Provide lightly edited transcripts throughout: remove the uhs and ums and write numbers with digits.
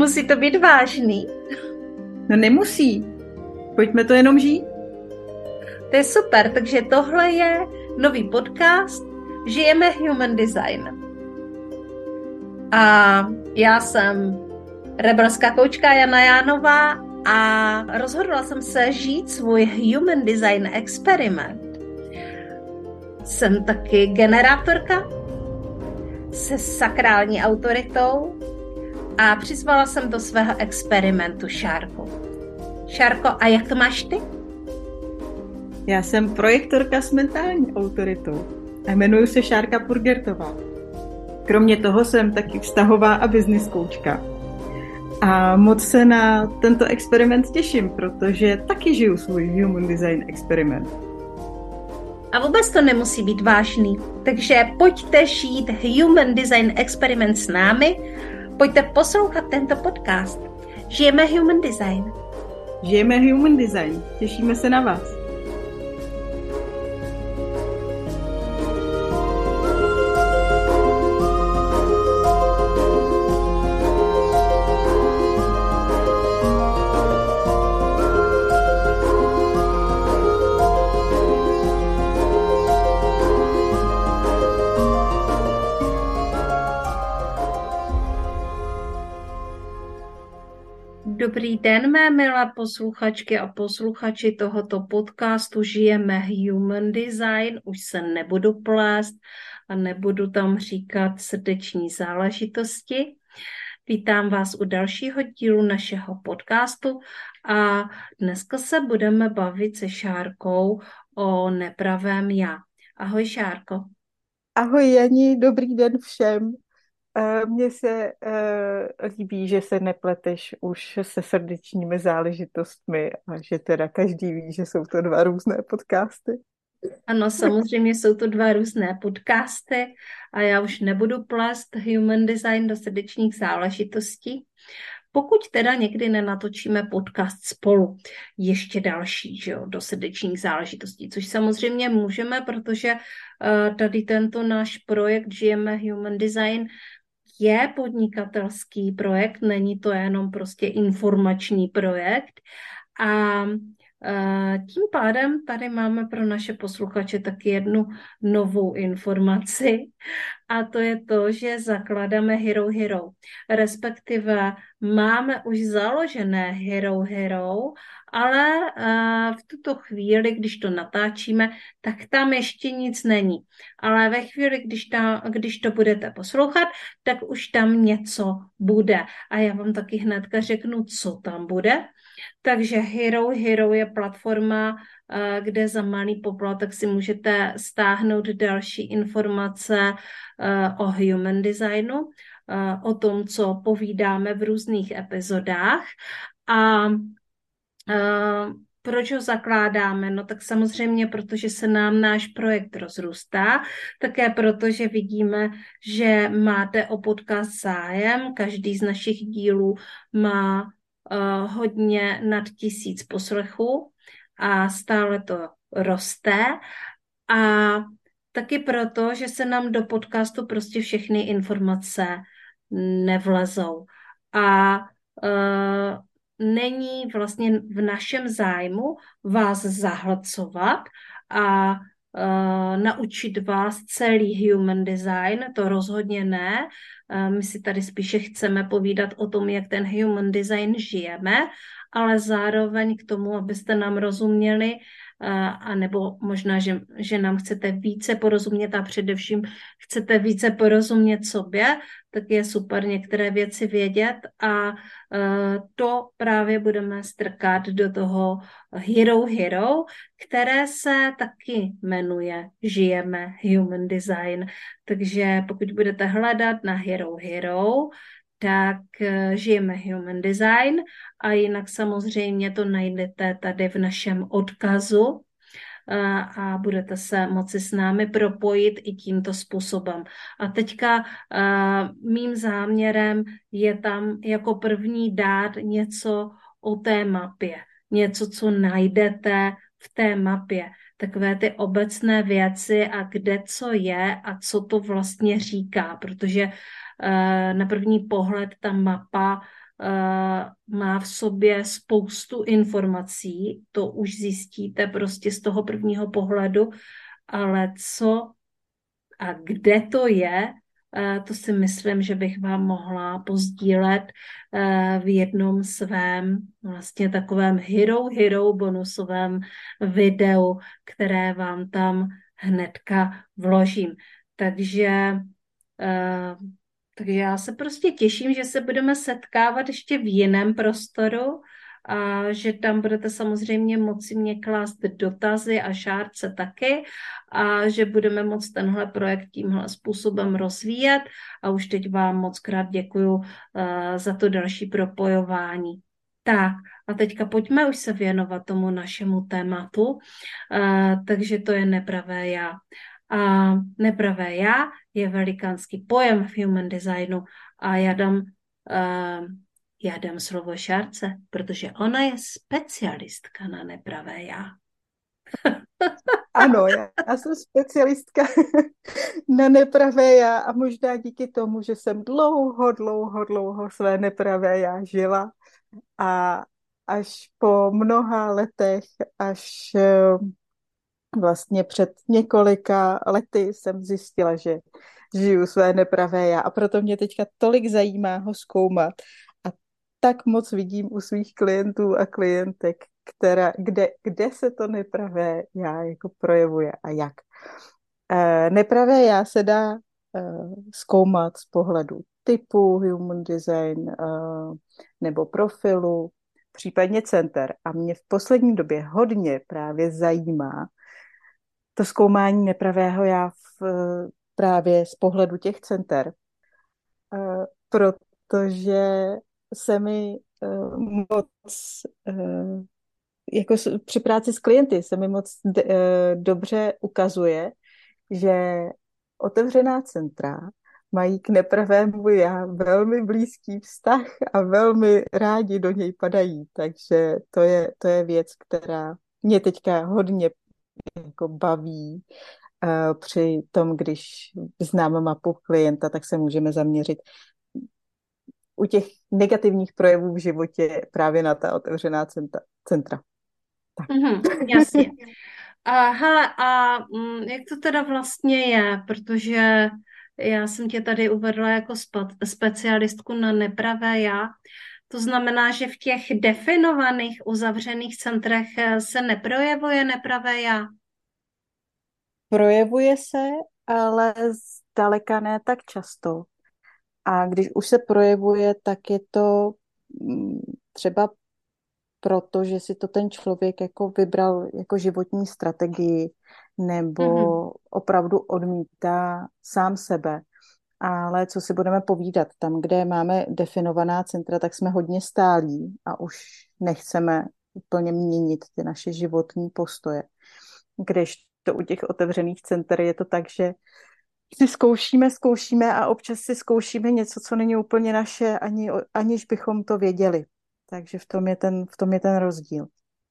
Musí to být vážný. No nemusí. Pojďme to jenom žít. To je super, takže tohle je nový podcast Žijeme Human Design. A já jsem rebelská koučka Jana Jánová a rozhodla jsem se žít svůj Human Design experiment. Jsem taky generátorka se sakrální autoritou a přizvala jsem do svého experimentu Šárku. Šárko, a jak to máš ty? Já jsem projektorka s mentální autoritou a jmenuji se Šárka Purgertová. Kromě toho jsem taky vztahová a business koučka. A moc se na tento experiment těším, protože taky žiju svůj Human Design experiment. A vůbec to nemusí být vážný. Takže pojďte žít Human Design experiment s námi, pojďte poslouchat tento podcast. Žijeme Human Design. Žijeme Human Design. Těšíme se na vás. Dobrý den, mé milé posluchačky a posluchači tohoto podcastu Žijeme Human Design. Už se nebudu plést a nebudu tam říkat srdeční záležitosti. Vítám vás u dalšího dílu našeho podcastu a dneska se budeme bavit se Šárkou o nepravém já. Ahoj Šárko. Ahoj Jani, dobrý den všem. Mně se líbí, že se nepleteš už se srdečními záležitostmi a že teda každý ví, že jsou to dva různé podcasty. Ano, samozřejmě jsou to dva různé podcasty a já už nebudu plést Human Design do srdečních záležitostí. Pokud teda někdy nenatočíme podcast spolu, ještě další, že jo, do srdečních záležitostí, což samozřejmě můžeme, protože tady tento náš projekt Žijeme Human Design je podnikatelský projekt, není to jenom prostě informační projekt a tím pádem tady máme pro naše posluchače taky jednu novou informaci a to je to, že zakládáme Hero Hero, respektive máme už založené Hero, ale v tuto chvíli, když to natáčíme, tak tam ještě nic není. Ale ve chvíli, když to budete poslouchat, tak už tam něco bude. A já vám taky hnedka řeknu, co tam bude. Takže Hero je platforma, kde za malý poplatek si můžete stáhnout další informace o Human Designu, o tom, co povídáme v různých epizodách. A proč ho zakládáme? No tak samozřejmě, protože se nám náš projekt rozrůstá, také proto, že vidíme, že máte o podcast zájem, každý z našich dílů má hodně nad 1000 poslechů a stále to roste a taky proto, že se nám do podcastu prostě všechny informace nevlezou a není vlastně v našem zájmu vás zahlcovat a naučit vás celý Human Design, to rozhodně ne. My si tady spíše chceme povídat o tom, jak ten Human Design žijeme, ale zároveň k tomu, abyste nám rozuměli, anebo možná, že nám chcete více porozumět a především chcete více porozumět sobě, tak je super některé věci vědět a to právě budeme strkat do toho Hero, které se taky jmenuje Žijeme Human Design. Takže pokud budete hledat na Hero, tak Žijeme Human Design a jinak samozřejmě to najdete tady v našem odkazu a budete se moci s námi propojit i tímto způsobem. A teďka mým záměrem je tam jako první dát něco o té mapě. Něco, co najdete v té mapě. Takové ty obecné věci a kde co je a co to vlastně říká, protože na první pohled ta mapa má v sobě spoustu informací, to už zjistíte prostě z toho prvního pohledu, ale co a kde to je, to si myslím, že bych vám mohla pozdílet v jednom svém vlastně takovém hero bonusovém videu, které vám tam hnedka vložím. Takže takže já se prostě těším, že se budeme setkávat ještě v jiném prostoru a že tam budete samozřejmě moci mě klást dotazy a Šárce taky a že budeme moct tenhle projekt tímhle způsobem rozvíjet a už teď vám moc krát děkuju za to další propojování. Tak a teďka pojďme už se věnovat tomu našemu tématu, takže to je nepravé já. A nepravé já je velikánský pojem v human designu a já dám slovo Šárce, protože ona je specialistka na nepravé já. Ano, já jsem specialistka na nepravé já a možná díky tomu, že jsem dlouho své nepravé já žila a až po mnoha letech, až vlastně před několika lety jsem zjistila, že žiju své nepravé já a proto mě teďka tolik zajímá ho zkoumat a tak moc vidím u svých klientů a klientek, kde se to nepravé já jako projevuje a jak. Nepravé já se dá zkoumat z pohledu typu human design nebo profilu, případně center. A mě v poslední době hodně právě zajímá to zkoumání nepravého já právě z pohledu těch center, protože se mi moc jako při práci s klienty se mi moc dobře ukazuje, že otevřená centra mají k nepravému já velmi blízký vztah a velmi rádi do něj padají. Takže to je věc, která mě teďka hodně jako baví. Při tom, když známe mapu klienta, tak se můžeme zaměřit u těch negativních projevů v životě právě na ta otevřená centra. Tak. Jasně. Hele, jak to teda vlastně je? Protože já jsem tě tady uvedla jako specialistku na nepravé já. To znamená, že v těch definovaných uzavřených centrech se neprojevuje nepravé já. Projevuje se, ale zdaleka ne tak často. A když už se projevuje, tak je to třeba proto, že si to ten člověk jako vybral jako životní strategii nebo opravdu odmítá sám sebe. Ale co si budeme povídat, tam, kde máme definovaná centra, tak jsme hodně stálí a už nechceme úplně měnit ty naše životní postoje. Když to u těch otevřených center je to tak, že si zkoušíme a občas si zkoušíme něco, co není úplně naše, aniž bychom to věděli. Takže v tom je ten rozdíl.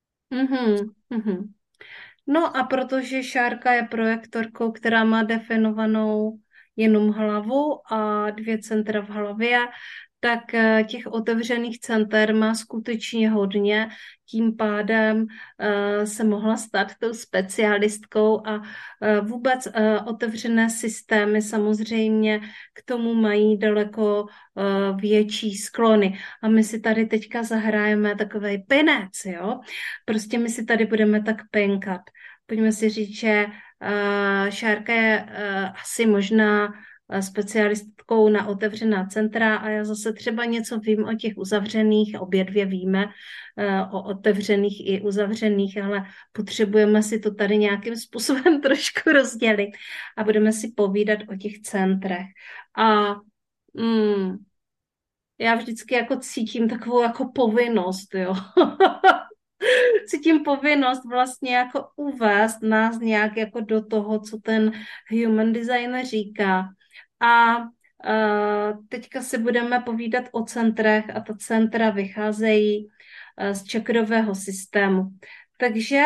No a protože Šárka je projektorkou, která má definovanou jenom hlavu a 2 centra v hlavě, tak těch otevřených center má skutečně hodně. Tím pádem se mohla stát tou specialistkou a vůbec otevřené systémy samozřejmě k tomu mají daleko větší sklony. A my si tady teďka zahrajeme takovej pinec, jo? Prostě my si tady budeme tak penkat. Pojďme si říct, že Šárka je asi možná specialistkou na otevřená centra a já zase třeba něco vím o těch uzavřených, obě dvě víme o otevřených i uzavřených, ale potřebujeme si to tady nějakým způsobem trošku rozdělit a budeme si povídat o těch centrech. A já vždycky jako cítím takovou jako povinnost, jo. Cítím povinnost vlastně jako uvést nás nějak jako do toho, co ten human design říká. A teďka si budeme povídat o centrech a ta centra vycházejí z čakrového systému. Takže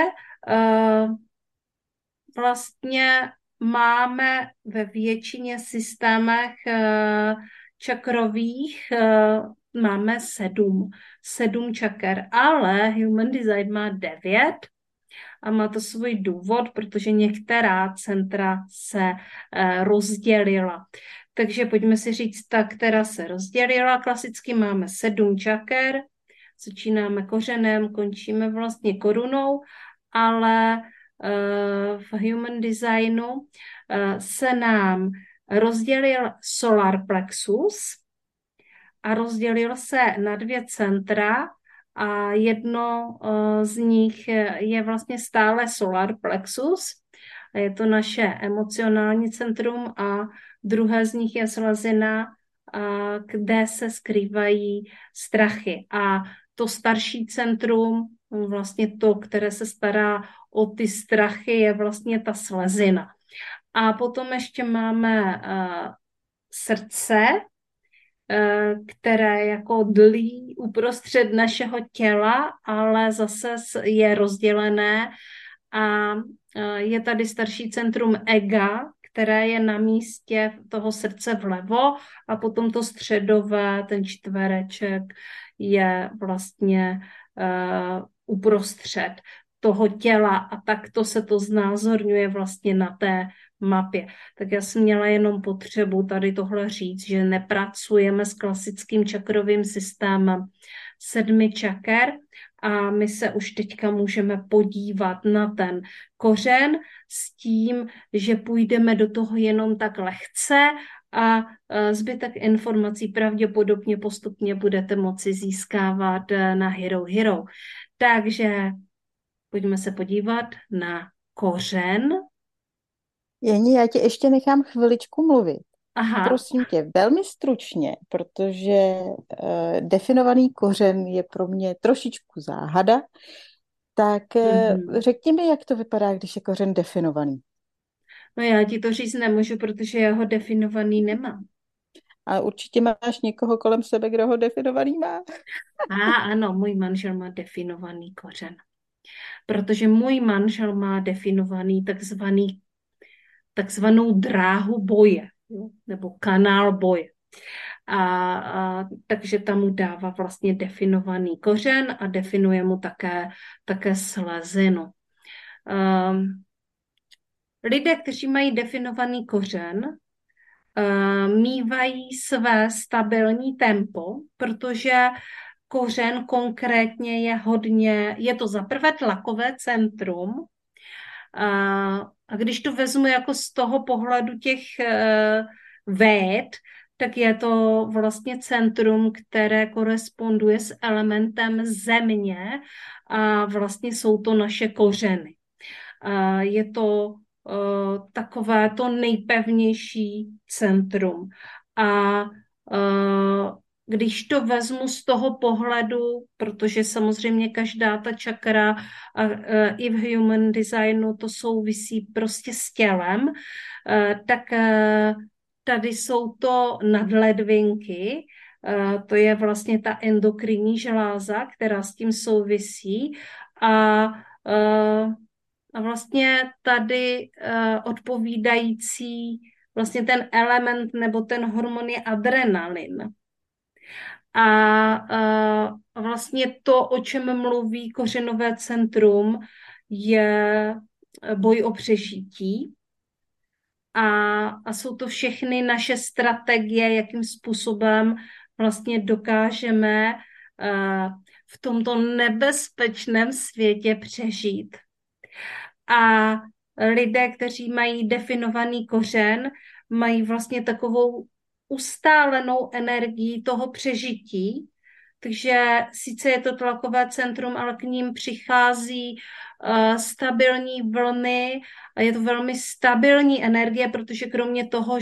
vlastně máme ve většině systémech čakrových máme sedm čaker, ale Human Design má 9 a má to svůj důvod, protože některá centra se rozdělila. Takže pojďme si říct, ta, která se rozdělila. Klasicky máme 7 čaker, začínáme kořenem, končíme vlastně korunou, ale v Human Designu se nám rozdělil solar plexus a rozdělil se na 2 centra a jedno z nich je vlastně stále solar plexus. Je to naše emocionální centrum a druhé z nich je slezina, kde se skrývají strachy. A to starší centrum, vlastně to, které se stará o ty strachy, je vlastně ta slezina. A potom ještě máme srdce, které jako dlí uprostřed našeho těla, ale zase je rozdělené a je tady starší centrum ega, které je na místě toho srdce vlevo a potom to středové, ten čtvereček je vlastně uprostřed toho těla a takto se to znázorňuje vlastně na té mapě. Tak já jsem měla jenom potřebu tady tohle říct, že nepracujeme s klasickým čakrovým systémem 7 čaker a my se už teďka můžeme podívat na ten kořen s tím, že půjdeme do toho jenom tak lehce a zbytek informací pravděpodobně postupně budete moci získávat na Hero Hero. Takže pojďme se podívat na kořen. Jeni, já tě ještě nechám chviličku mluvit. Aha. Prosím tě, velmi stručně, protože definovaný kořen je pro mě trošičku záhada, tak řekni mi, jak to vypadá, když je kořen definovaný. No já ti to říct nemůžu, protože já ho definovaný nemám. Ale určitě máš někoho kolem sebe, kdo ho definovaný má. Ano, můj manžel má definovaný kořen. Protože můj manžel má definovaný takzvanou dráhu boje, jo? Nebo kanál boje. Takže tam mu dává vlastně definovaný kořen a definuje mu také slezinu. Lidé, kteří mají definovaný kořen, mívají své stabilní tempo, protože kořen konkrétně je to zaprvé tlakové centrum, a když to vezmu jako z toho pohledu těch véd, tak je to vlastně centrum, které koresponduje s elementem země a vlastně jsou to naše kořeny. Je to takové to nejpevnější centrum. A když to vezmu z toho pohledu, protože samozřejmě každá ta čakra i v Human Designu to souvisí prostě s tělem, tak tady jsou to nadledvinky, to je vlastně ta endokrinní žláza, která s tím souvisí a vlastně tady odpovídající vlastně ten element nebo ten hormon je adrenalin. A vlastně to, o čem mluví kořenové centrum, je boj o přežití. A jsou to všechny naše strategie, jakým způsobem vlastně dokážeme v tomto nebezpečném světě přežít. A lidé, kteří mají definovaný kořen, mají vlastně takovou ustálenou energii toho přežití, takže sice je to tlakové centrum, ale k ním přichází stabilní vlny a je to velmi stabilní energie, protože kromě toho,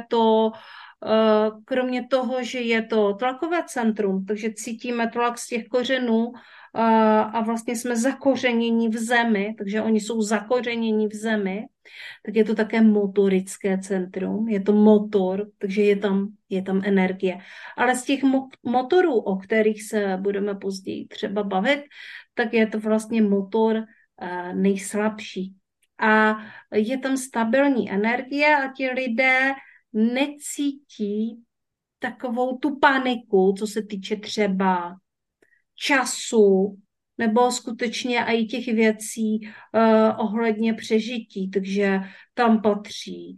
že je to tlakové centrum, takže cítíme tlak z těch kořenů a vlastně jsme zakořenění v zemi, takže oni jsou zakořenění v zemi, tak je to také motorické centrum, je to motor, takže je tam energie. Ale z těch motorů, o kterých se budeme později třeba bavit, tak je to vlastně motor nejslabší. A je tam stabilní energie a ti lidé necítí takovou tu paniku, co se týče třeba času, nebo skutečně i těch věcí ohledně přežití. Takže tam patří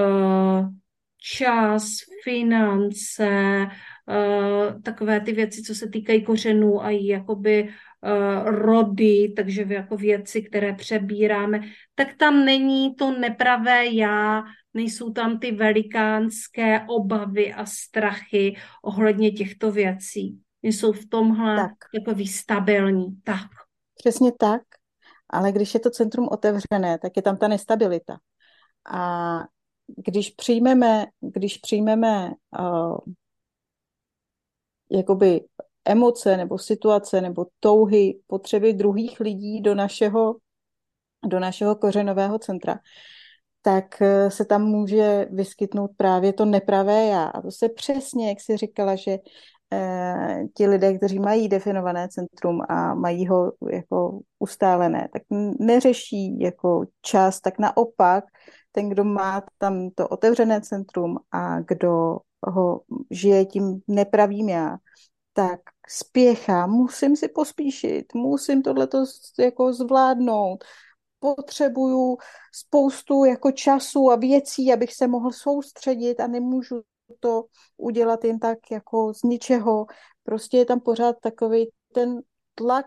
čas, finance, takové ty věci, co se týkají kořenů a i jakoby rody, takže jako věci, které přebíráme, tak tam není to nepravé já, nejsou tam ty velikánské obavy a strachy ohledně těchto věcí. Jsou v tomhle Tak, takový stabilní. Tak. přesně tak, ale když je to centrum otevřené, tak je tam ta nestabilita. A když přijmeme jakoby emoce nebo situace nebo touhy, potřeby druhých lidí do našeho kořenového centra, tak se tam může vyskytnout právě to nepravé já. A to se přesně, jak jsi říkala, že ti lidé, kteří mají definované centrum a mají ho jako ustálené, tak neřeší jako čas, tak naopak ten, kdo má tam to otevřené centrum a kdo ho žije tím nepravým já, tak spěchá, musím si pospíšit, musím tohleto jako zvládnout, potřebuju spoustu jako času a věcí, abych se mohl soustředit a nemůžu to udělat jen tak jako z ničeho. Prostě je tam pořád takový ten tlak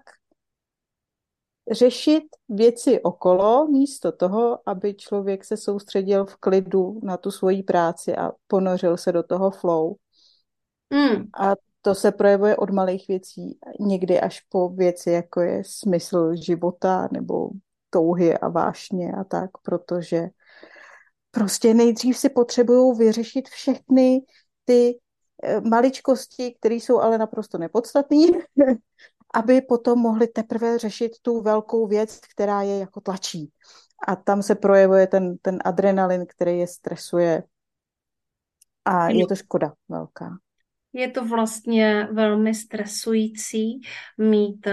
řešit věci okolo, místo toho, aby člověk se soustředil v klidu na tu svoji práci a ponořil se do toho flow. Mm. A to se projevuje od malých věcí, někdy až po věci, jako je smysl života nebo touhy a vášně a tak, protože prostě nejdřív si potřebují vyřešit všechny ty maličkosti, které jsou ale naprosto nepodstatné, aby potom mohli teprve řešit tu velkou věc, která je jako tlačí. A tam se projevuje ten adrenalin, který je stresuje. A je to škoda velká. Je to vlastně velmi stresující mít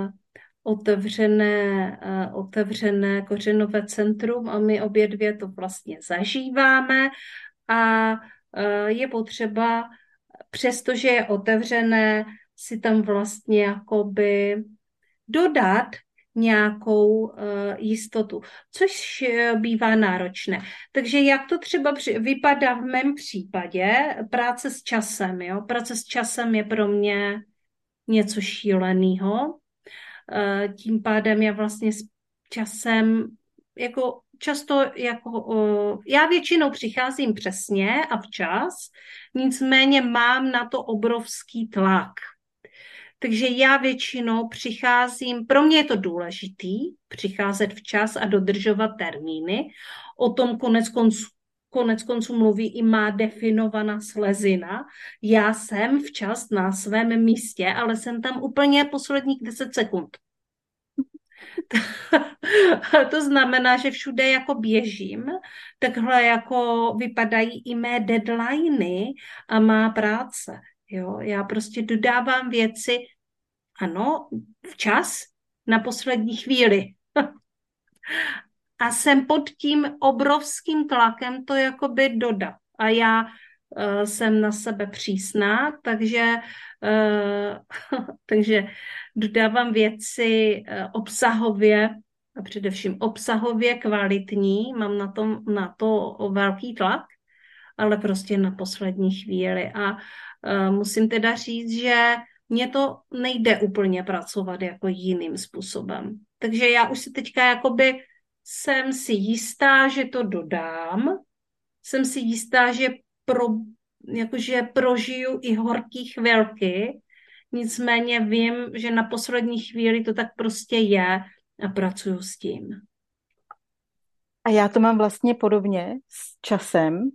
otevřené kořenové centrum a my obě dvě to vlastně zažíváme a je potřeba, přestože je otevřené, si tam vlastně jakoby dodat nějakou jistotu, což bývá náročné. Takže jak to třeba vypadá v mém případě, práce s časem, jo? Práce s časem je pro mě něco šíleného. Tím pádem já vlastně s časem jako často já většinou přicházím přesně a včas, nicméně mám na to obrovský tlak. Takže já většinou přicházím, pro mě je to důležitý, přicházet včas a dodržovat termíny. O tom konec konců mluví i má definovaná slezina. Já jsem včas na svém místě, ale jsem tam úplně posledních 10 sekund. To znamená, že všude jako běžím, takhle jako vypadají i mé deadliny a má práce. Jo? Já prostě dodávám věci, ano, včas, na poslední chvíli. A jsem pod tím obrovským tlakem to jakoby dodat. A já jsem na sebe přísná, takže dodávám věci obsahově, a především obsahově kvalitní, mám na to velký tlak, ale prostě na poslední chvíli. A musím teda říct, že mně to nejde úplně pracovat jako jiným způsobem. Takže já už si teďka jakoby jsem si jistá, že to dodám, jsem si jistá, jakože prožiju i horký chvilky, nicméně vím, že na poslední chvíli to tak prostě je a pracuju s tím. A já to mám vlastně podobně s časem.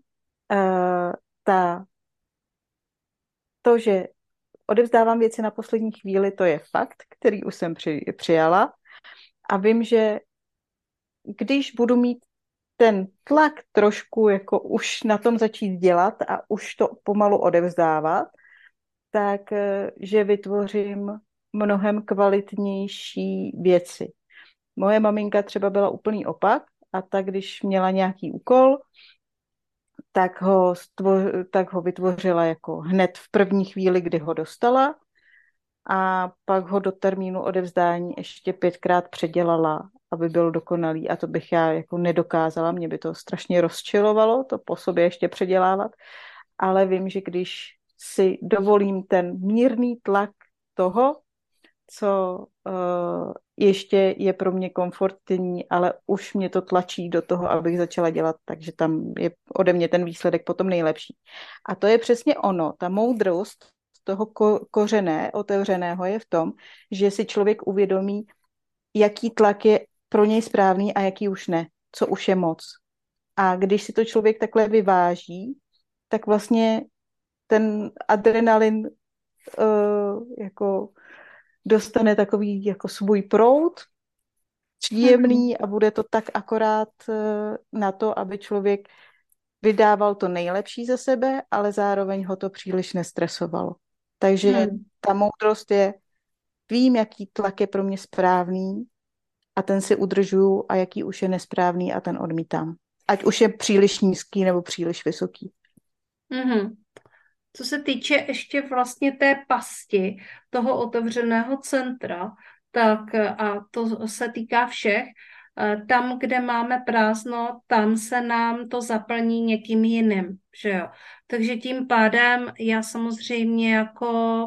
To, že odevzdávám věci na poslední chvíli, to je fakt, který už jsem přijala. A vím, že když budu mít ten tlak trošku jako už na tom začít dělat a už to pomalu odevzdávat, tak že vytvořím mnohem kvalitnější věci. Moje maminka třeba byla úplný opak a tak, když měla nějaký úkol, tak ho vytvořila jako hned v první chvíli, kdy ho dostala, a pak ho do termínu odevzdání ještě 5krát předělala, aby byl dokonalý, a to bych já jako nedokázala, mě by to strašně rozčilovalo, to po sobě ještě předělávat, ale vím, že když si dovolím ten mírný tlak toho, co ještě je pro mě komfortní, ale už mě to tlačí do toho, abych začala dělat, takže tam je ode mě ten výsledek potom nejlepší. A to je přesně ono, ta moudrost toho kořené, otevřeného je v tom, že si člověk uvědomí, jaký tlak je pro něj správný a jaký už ne, co už je moc. A když si to člověk takhle vyváží, tak vlastně ten adrenalin jako dostane takový jako svůj proud, příjemný, a bude to tak akorát na to, aby člověk vydával to nejlepší ze sebe, ale zároveň ho to příliš nestresovalo. Takže ta moudrost je, vím, jaký tlak je pro mě správný a ten si udržuju, a jaký už je nesprávný a ten odmítám. Ať už je příliš nízký nebo příliš vysoký. Mm-hmm. Co se týče ještě vlastně té pasti toho otevřeného centra, tak a to se týká všech, tam, kde máme prázdno, tam se nám to zaplní někým jiným, že jo. Takže tím pádem já samozřejmě jako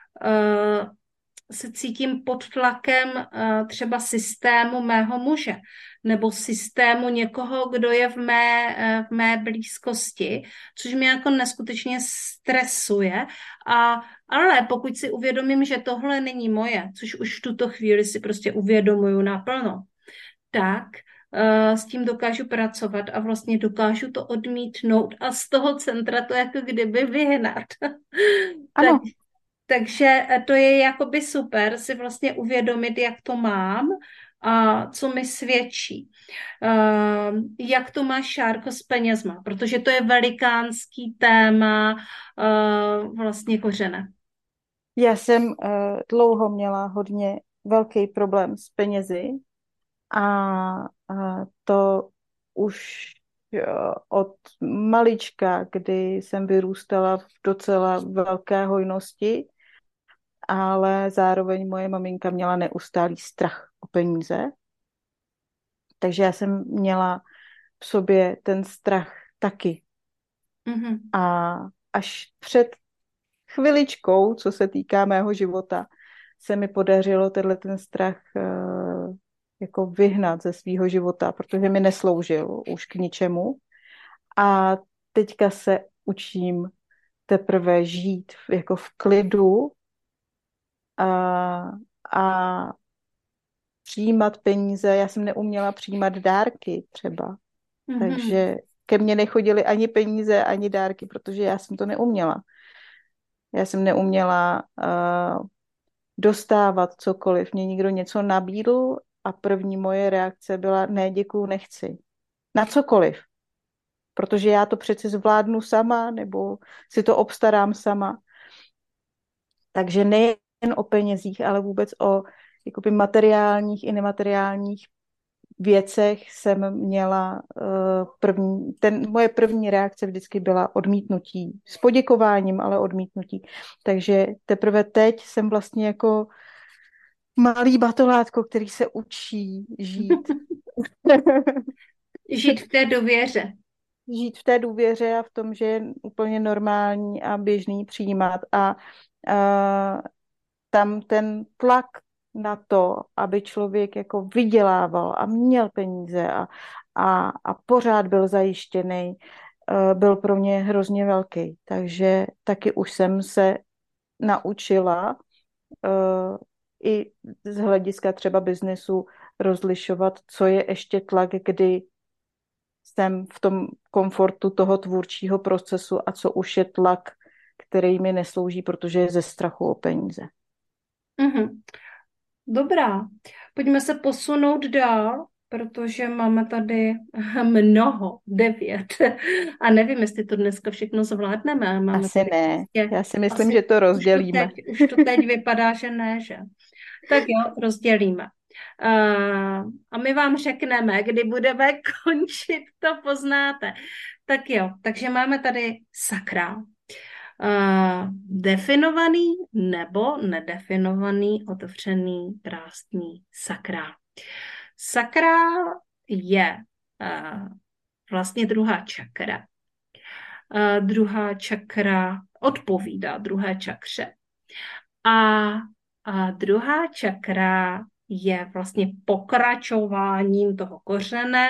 se cítím pod tlakem třeba systému mého muže nebo systému někoho, kdo je v mé blízkosti, což mě jako neskutečně stresuje. Ale pokud si uvědomím, že tohle není moje, což už v tuto chvíli si prostě uvědomuju naplno, tak s tím dokážu pracovat a vlastně dokážu to odmítnout a z toho centra to jako kdyby vyhnat. Ano. Takže to je jakoby super si vlastně uvědomit, jak to mám a co mi svědčí. Jak to máš, Šárko, s penězma? Protože to je velikánský téma vlastně kořene. Já jsem dlouho měla hodně velký problém s penězi a to už od malička, kdy jsem vyrůstala v docela velké hojnosti, ale zároveň moje maminka měla neustálý strach o peníze. Takže já jsem měla v sobě ten strach taky. Mm-hmm. A až před chviličkou, co se týká mého života, se mi podařilo ten strach jako vyhnat ze svého života, protože mi nesloužil už k ničemu. A teďka se učím teprve žít jako v klidu a přijímat peníze. Já jsem neuměla přijímat dárky třeba. Mm-hmm. Takže ke mně nechodily ani peníze, ani dárky, protože já jsem to neuměla. Já jsem neuměla dostávat cokoliv. Mně někdo něco nabídl a první moje reakce byla: ne, děkuju, nechci. Na cokoliv. Protože já to přeci zvládnu sama, nebo si to obstarám sama. Takže nejen o penězích, ale vůbec o jakoby materiálních i nemateriálních věcech jsem měla moje první reakce vždycky byla odmítnutí. S poděkováním, ale odmítnutí. Takže teprve teď jsem vlastně jako malý batolátko, který se učí žít. Žít v té důvěře. Žít v té důvěře a v tom, že je úplně normální a běžný přijímat. A tam ten tlak na to, aby člověk jako vydělával a měl peníze a pořád byl zajištěný, byl pro mě hrozně velký. Takže taky už jsem se naučila i z hlediska třeba biznesu rozlišovat, co je ještě tlak, kdy jsem v tom komfortu toho tvůrčího procesu, a co už je tlak, který mi neslouží, protože je ze strachu o peníze. Mm-hmm. Dobrá, pojďme se posunout dál, protože máme tady mnoho, 9. A nevím, jestli to dneska všechno zvládneme. Máme asi ne, já si myslím, že to rozdělíme. Už to teď vypadá, že ne, že? Tak jo, rozdělíme. A my vám řekneme, kdy budeme končit, to poznáte. Tak jo, takže máme tady sakrál. Definovaný nebo nedefinovaný, otevřený, prázdný sakrál. Sakrál je vlastně druhá čakra. Druhá čakra odpovídá druhé čakře. A druhá čakra je vlastně pokračováním toho kořene.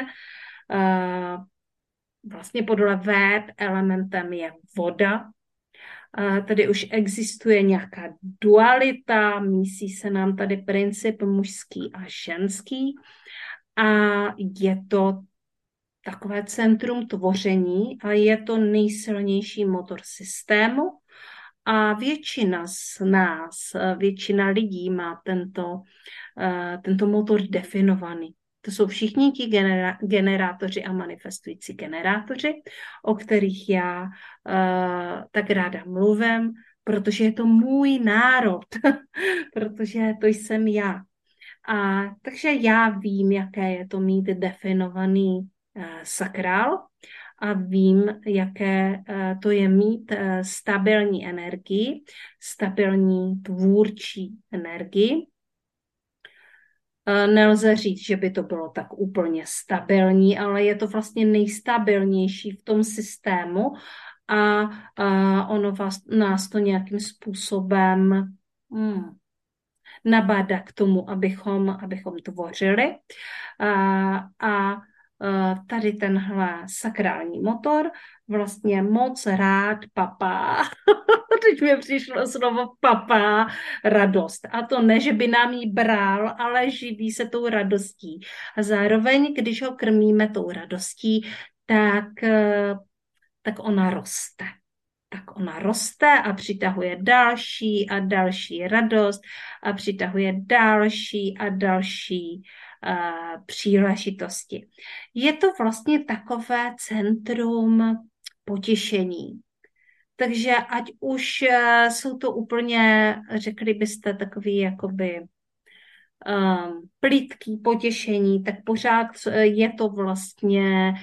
Vlastně podle Véd elementem je voda. Tady už existuje nějaká dualita, mísí se nám tady princip mužský a ženský a je to takové centrum tvoření a je to nejsilnější motor systému a většina z nás, většina lidí má tento motor definovaný. To jsou všichni ti generátoři a manifestující generátoři, o kterých já tak ráda mluvím, protože je to můj národ, protože to jsem já. Takže já vím, jaké je to mít definovaný sakrál a vím, jaké to je mít stabilní energii, stabilní tvůrčí energii. Nelze říct, že by to bylo tak úplně stabilní, ale je to vlastně nejstabilnější v tom systému a ono nás to nějakým způsobem nabádá k tomu, abychom tvořili. A tady tenhle sakrální motor vlastně moc rád papá. Teď mi přišlo slovo papá, radost. A to ne, že by nám ji bral, ale živí se tou radostí. A zároveň, když ho krmíme tou radostí, tak ona roste. Tak ona roste a přitahuje další a další radost a přitahuje další a další příležitosti. Je to vlastně takové centrum potěšení. Takže ať už jsou to úplně, řekli byste, takový jakoby plytký potěšení, tak pořád je to vlastně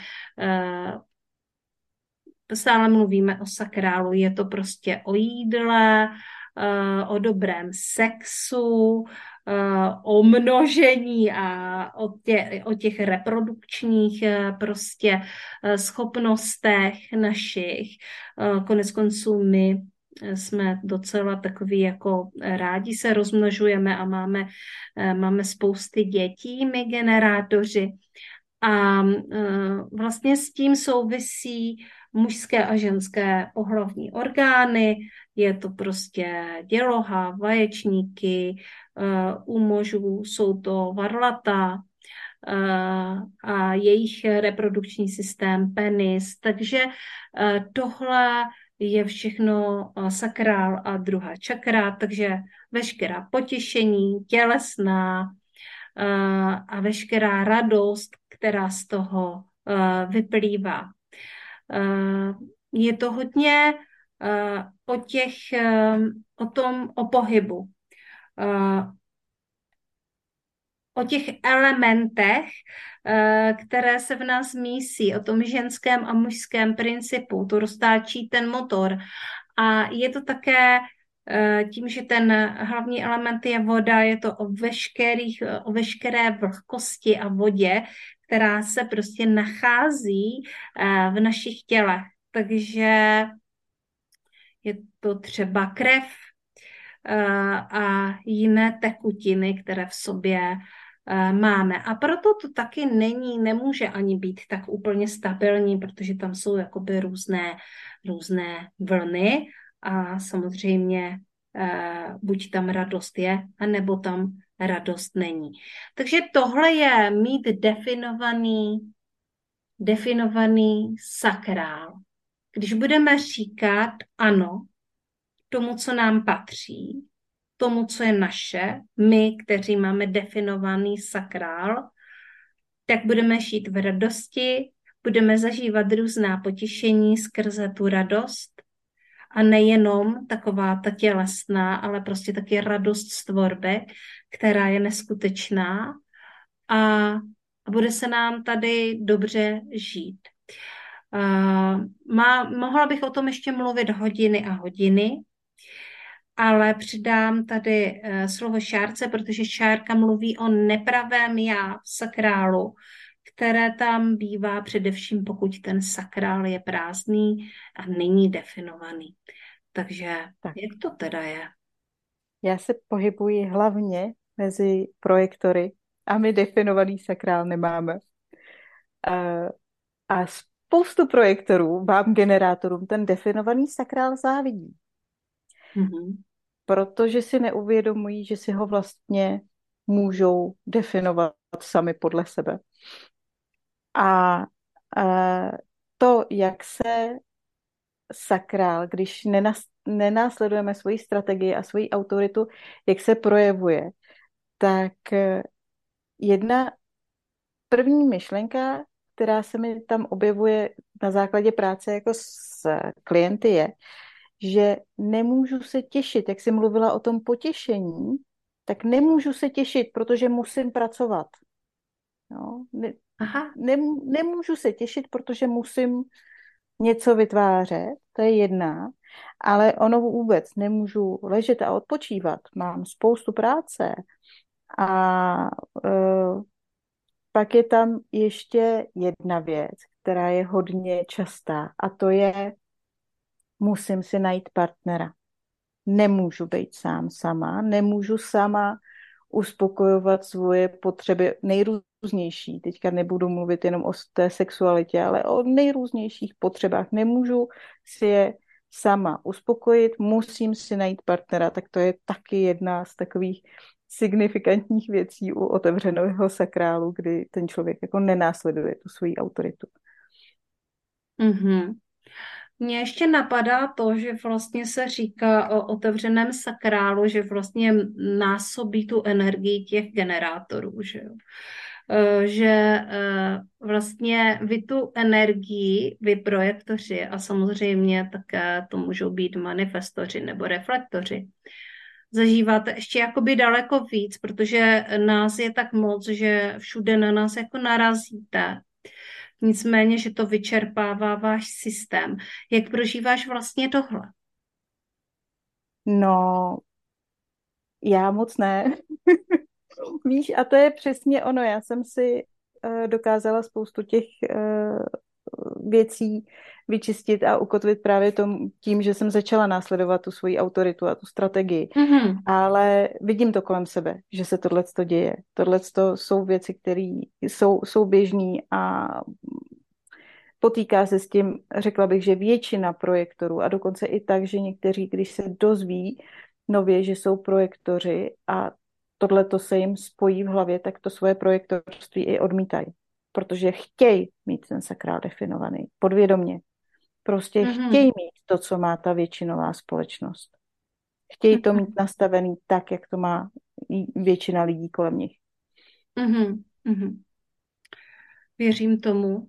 stále mluvíme o sakrálu, je to prostě o jídle, o dobrém sexu, o množení a o těch reprodukčních prostě schopnostech našich. Konec konců my jsme docela takový jako rádi se rozmnožujeme a máme spousty dětí, my generátoři. A vlastně s tím souvisí mužské a ženské pohlavní orgány, je to prostě děloha, vaječníky, u mužů jsou to varlata a jejich reprodukční systém, penis, takže tohle je všechno sakrál a druhá čakra, takže veškerá potěšení, tělesná a veškerá radost, která z toho vyplývá. Je to hodně o pohybu, o těch elementech, které se v nás mísí, o tom ženském a mužském principu. To roztáčí ten motor. A je to také tím, že ten hlavní element je voda, je to o veškeré vlhkosti a vodě, která se prostě nachází v našich tělech. Takže je to třeba krev a jiné tekutiny, které v sobě máme. A proto to taky nemůže ani být tak úplně stabilní, protože tam jsou jakoby různé vlny a samozřejmě buď tam radost je, anebo tam radost není. Takže tohle je mít definovaný sakrál. Když budeme říkat ano tomu, co nám patří, tomu, co je naše, my, kteří máme definovaný sakrál, tak budeme žít v radosti, budeme zažívat různá potěšení skrze tu radost a nejenom taková ta tělesná, ale prostě taky radost z tvorby, která je neskutečná a bude se nám tady dobře žít. Mohla bych o tom ještě mluvit hodiny a hodiny, ale přidám tady slovo Šárce, protože Šárka mluví o nepravém já v sakrálu, které tam bývá především, pokud ten sakrál je prázdný a není definovaný. Takže Tak, jak to teda je? já se pohybuji hlavně mezi projektory a my definovaný sakrál nemáme. A, a spoustu projektorů, vám generátorům, ten definovaný sakrál závidí, Mhm. protože si neuvědomují, že si ho vlastně můžou definovat sami podle sebe. A, a to, jak se sakrál, když nenásledujeme svoji strategii a svoji autoritu, jak se projevuje, tak jedna první myšlenka, která se mi tam objevuje na základě práce jako s klienty, je, že nemůžu se těšit, jak jsi mluvila o tom potěšení, tak nemůžu se těšit, protože musím pracovat. No, Aha, nemůžu se těšit, protože musím něco vytvářet, to je jedna, ale ono vůbec nemůžu ležet a odpočívat. Mám spoustu práce a pak je tam ještě jedna věc, která je hodně častá a to je, musím si najít partnera. Nemůžu být sama, nemůžu sama uspokojovat svoje potřeby nejrůznější. Teďka nebudu mluvit jenom o té sexualitě, ale o nejrůznějších potřebách. Nemůžu si je sama uspokojit, musím si najít partnera, tak to je taky jedna z takových signifikantních věcí u otevřeného sakrálu, kdy ten člověk jako nenásleduje tu svoji autoritu. mhm. Mně ještě napadá to, že vlastně se říká o otevřeném sakrálu, že vlastně násobí tu energii těch generátorů, že jo. Že vlastně vy tu energii, vy projektoři a samozřejmě také to můžou být manifestoři nebo reflektoři, zažíváte ještě jakoby daleko víc, protože nás je tak moc, že všude na nás jako narazíte. Nicméně, že to vyčerpává váš systém. Jak prožíváš vlastně tohle? No, já moc ne. Víš, a to je přesně ono. Já jsem si dokázala spoustu těch věcí vyčistit a ukotvit právě tím, že jsem začala následovat tu svoji autoritu a tu strategii. Mm-hmm. Ale vidím to kolem sebe, že se tohleto děje. Tohleto jsou věci, které jsou běžné a potýká se s tím, řekla bych, že většina projektorů a dokonce i tak, že někteří, když se dozví nově, že jsou projektoři a tohleto se jim spojí v hlavě, tak to svoje projektorství i odmítají. Protože chtějí mít ten sakrál definovaný podvědomě. Prostě chtějí mít to, co má ta většinová společnost. Chtějí to mít nastavený tak, jak to má většina lidí kolem nich. Mm-hmm. Věřím tomu.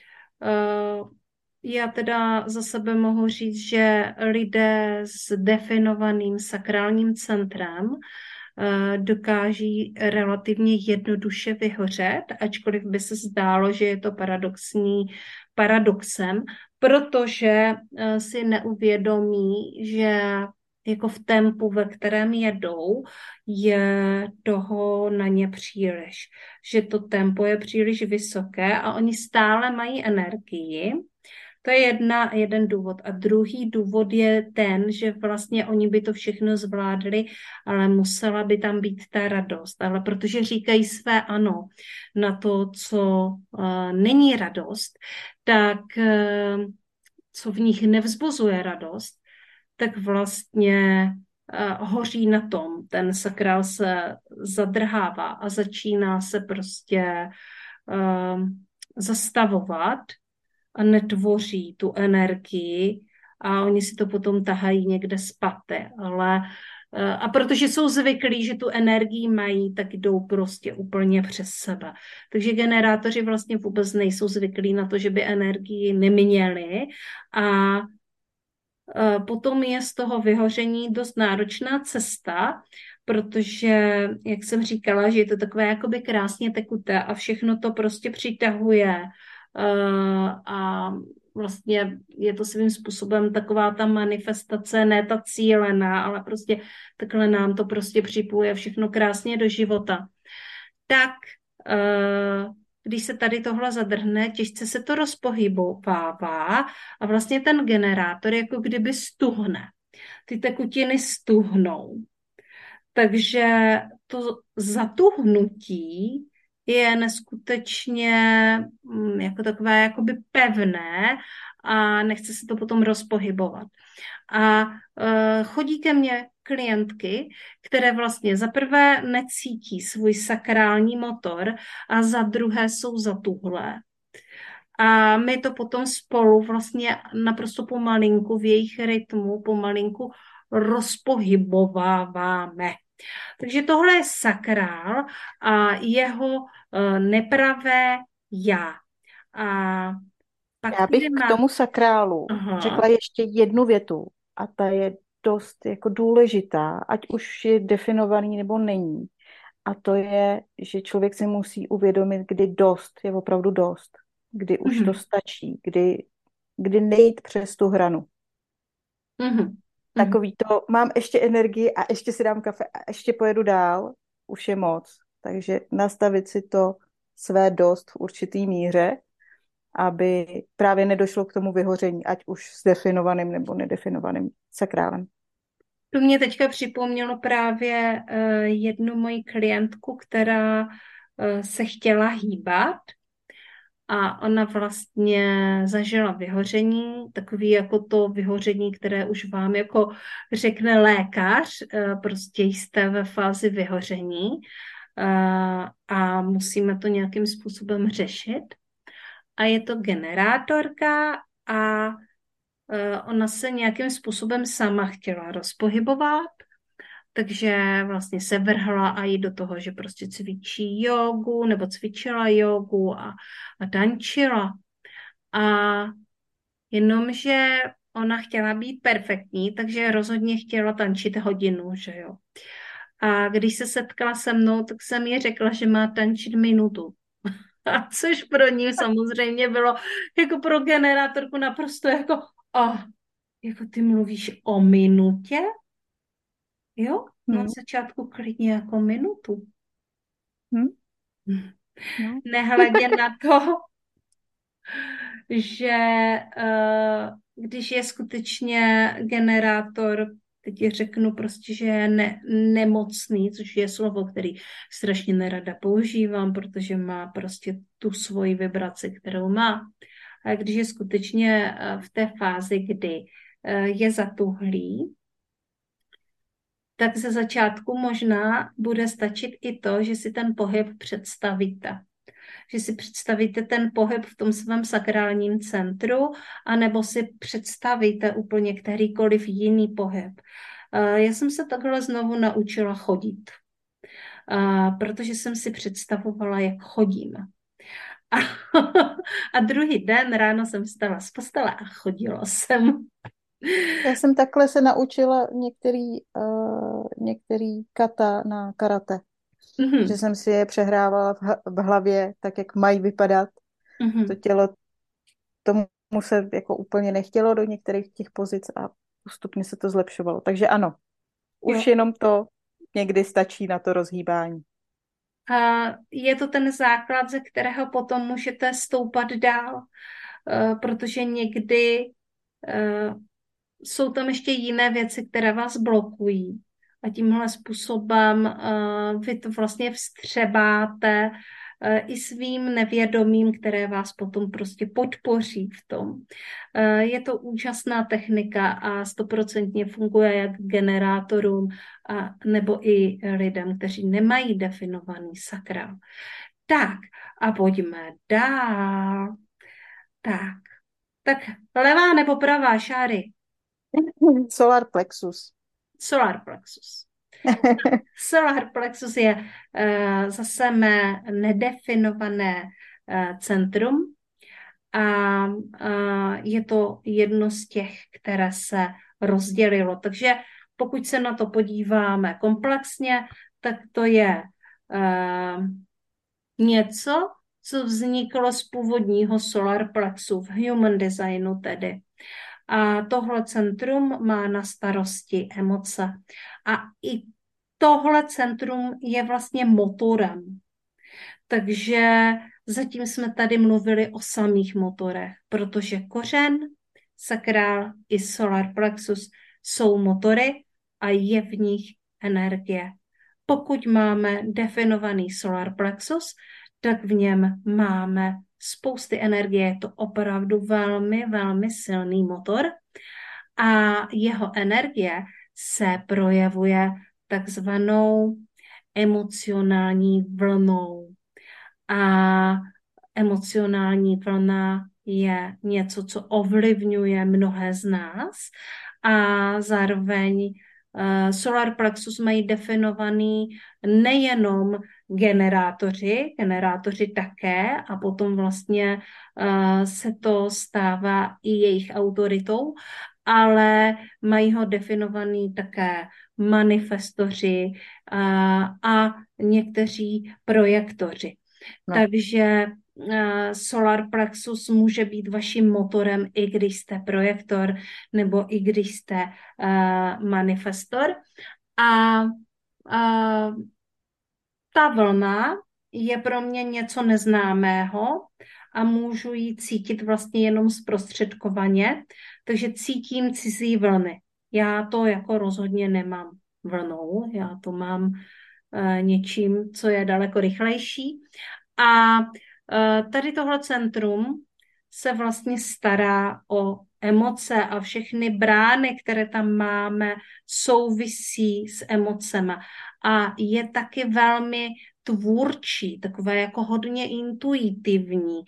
Já teda za sebe mohu říct, že lidé s definovaným sakrálním centrem dokáží relativně jednoduše vyhořet, ačkoliv by se zdálo, že je to paradoxem, protože si neuvědomí, že jako v tempu, ve kterém jedou, je toho na ně příliš. Že to tempo je příliš vysoké a oni stále mají energii. To je jeden důvod. A druhý důvod je ten, že vlastně oni by to všechno zvládli, ale musela by tam být ta radost. Ale protože říkají své ano na to, co není radost, tak co v nich nevzbuzuje radost, tak vlastně hoří na tom. Ten sakrál se zadrhává a začíná se prostě zastavovat a netvoří tu energii a oni si to potom tahají někde zpátky. A protože jsou zvyklí, že tu energii mají, tak jdou prostě úplně přes sebe. Takže generátoři vlastně vůbec nejsou zvyklí na to, že by energii neměli a potom je z toho vyhoření dost náročná cesta, protože, jak jsem říkala, že je to takové jakoby krásně tekuté a všechno to prostě přitahuje a vlastně je to svým způsobem taková ta manifestace, ne ta cílená, ale prostě takhle nám to prostě připuje všechno krásně do života. Tak když se tady tohle zadrhne, těžce se to rozpohybovává a vlastně ten generátor jako kdyby stuhne. Ty tekutiny stuhnou. Takže to zatuhnutí je neskutečně jako takové jakoby pevné a nechce se to potom rozpohybovat. A chodí ke mně klientky, které vlastně za prvé necítí svůj sakrální motor a za druhé jsou zatuhlé. A my to potom spolu vlastně naprosto pomalinku v jejich rytmu pomalinku rozpohybováváme. Takže tohle je sakrál a jeho nepravé já. A pak Já bych k tomu sakrálu Aha. řekla ještě jednu větu a ta je dost jako důležitá, ať už je definovaný nebo není. A to je, že člověk si musí uvědomit, kdy dost je opravdu dost, kdy už to Mhm. stačí, kdy nejít přes tu hranu. Mhm. Mhm. Takový to, mám ještě energii a ještě si dám kafe a ještě pojedu dál, už je moc. Takže nastavit si to své dost v určitý míře, aby právě nedošlo k tomu vyhoření, ať už s definovaným nebo nedefinovaným sakrálem. To mě teďka připomnělo právě jednu moji klientku, která se chtěla hýbat a ona vlastně zažila vyhoření, takový jako to vyhoření, které už vám jako řekne lékař, prostě jste ve fázi vyhoření a musíme to nějakým způsobem řešit. A je to generátorka a ona se nějakým způsobem sama chtěla rozpohybovat, takže vlastně se vrhla a jít do toho, že prostě cvičí jogu nebo cvičila jogu a tančila. A jenomže ona chtěla být perfektní, takže rozhodně chtěla tančit hodinu, že jo. A když se setkala se mnou, tak jsem jí řekla, že má tančit minutu. A což pro ní samozřejmě bylo jako pro generátorku naprosto jako ty mluvíš o minutě? Jo, na Hmm. začátku klidně jako minutu. Hmm. No. Nehledě na to, že když je skutečně generátor, teď řeknu prostě, že je nemocný, což je slovo, který strašně nerada používám, protože má prostě tu svoji vibraci, kterou má. A když je skutečně v té fázi, kdy je zatuhlý, tak ze začátku možná bude stačit i to, že si ten pohyb představíte. Že si představíte ten pohyb v tom svém sakrálním centru, anebo si představíte úplně kterýkoliv jiný pohyb. Já jsem se takhle znovu naučila chodit, protože jsem si představovala, jak chodím. A, a druhý den ráno jsem vstala z postele a chodila jsem. Já jsem takhle se naučila některý kata na karate. Že Mhm, jsem si je přehrávala v hlavě, tak jak mají vypadat. To mhm. tělo, tomu se jako úplně nechtělo do některých těch pozic a postupně se to zlepšovalo. Takže ano, Jo. už jenom to někdy stačí na to rozhýbání. A je to ten základ, ze kterého potom můžete stoupat dál, protože někdy jsou tam ještě jiné věci, které vás blokují. A tímhle způsobem vy to vlastně vstřebáte i svým nevědomím, které vás potom prostě podpoří v tom. Je to úžasná technika a 100% funguje jak generátorům nebo i lidem, kteří nemají definovaný sakrál. Tak a pojďme dál. Tak levá nebo pravá, Šáry? Solar plexus. Solar plexus. Solar plexus je zase mé nedefinované centrum a je to jedno z těch, které se rozdělilo. Takže pokud se na to podíváme komplexně, tak to je něco, co vzniklo z původního solar plexu v human designu tedy. A tohle centrum má na starosti emoce. A i tohle centrum je vlastně motorem. Takže zatím jsme tady mluvili o samých motorech, protože kořen, sakrál i solar plexus jsou motory a je v nich energie. Pokud máme definovaný solar plexus, tak v něm máme spousty energie. Je to opravdu velmi, velmi silný motor a jeho energie se projevuje takzvanou emocionální vlnou. A emocionální vlna je něco, co ovlivňuje mnohé z nás a zároveň solar plexus mají definovaný nejenom generátoři také a potom vlastně se to stává i jejich autoritou, ale mají ho definovaný také manifestoři a někteří projektoři. No. Takže solar plexus může být vaším motorem, i když jste projektor nebo i když jste manifestor. A ta vlna je pro mě něco neznámého a můžu ji cítit vlastně jenom zprostředkovaně, takže cítím cizí vlny. Já to jako rozhodně nemám vlnou, já to mám něčím, co je daleko rychlejší. A tady tohle centrum se vlastně stará o emoce a všechny brány, které tam máme, souvisí s emocema. A je taky velmi tvůrčí, takové jako hodně intuitivní.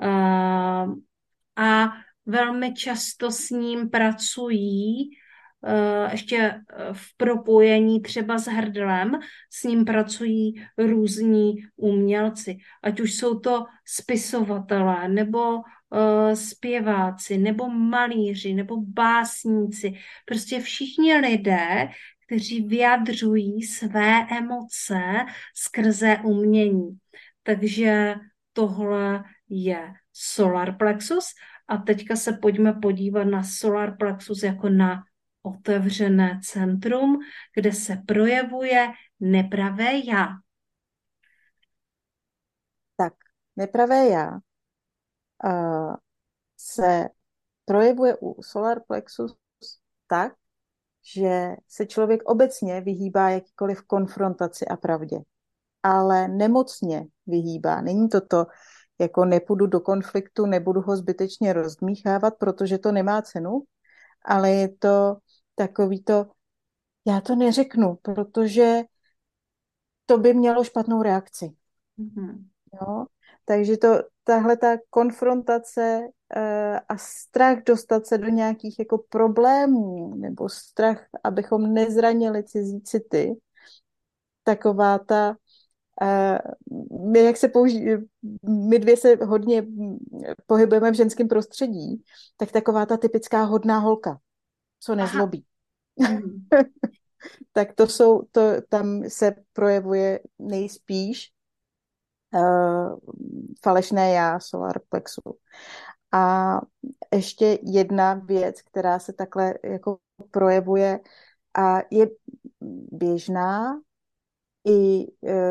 A velmi často s ním pracují ještě v propojení třeba s hrdlem, s ním pracují různí umělci, ať už jsou to spisovatelé, nebo zpěváci, nebo malíři, nebo básníci, prostě všichni lidé, kteří vyjadřují své emoce skrze umění. Takže tohle je solar plexus a teďka se pojďme podívat na solar plexus jako na otevřené centrum, kde se projevuje nepravé já. Tak, nepravé já se projevuje u solar plexus tak, že se člověk obecně vyhýbá jakýkoliv konfrontaci a pravdě, ale nemocně vyhýbá. Není to jako nepůjdu do konfliktu, nebudu ho zbytečně rozdmíchávat, protože to nemá cenu, ale je to takový to, já to neřeknu, protože to by mělo špatnou reakci. Mm-hmm. Jo? Takže tahle ta konfrontace a strach dostat se do nějakých jako problémů nebo strach, abychom nezranili cizí city, taková ta my dvě se hodně pohybujeme v ženském prostředí, tak taková ta typická hodná holka, co nezlobí. Tak tam se projevuje nejspíš falešné já solar plexu. A ještě jedna věc, která se takhle jako projevuje a je běžná i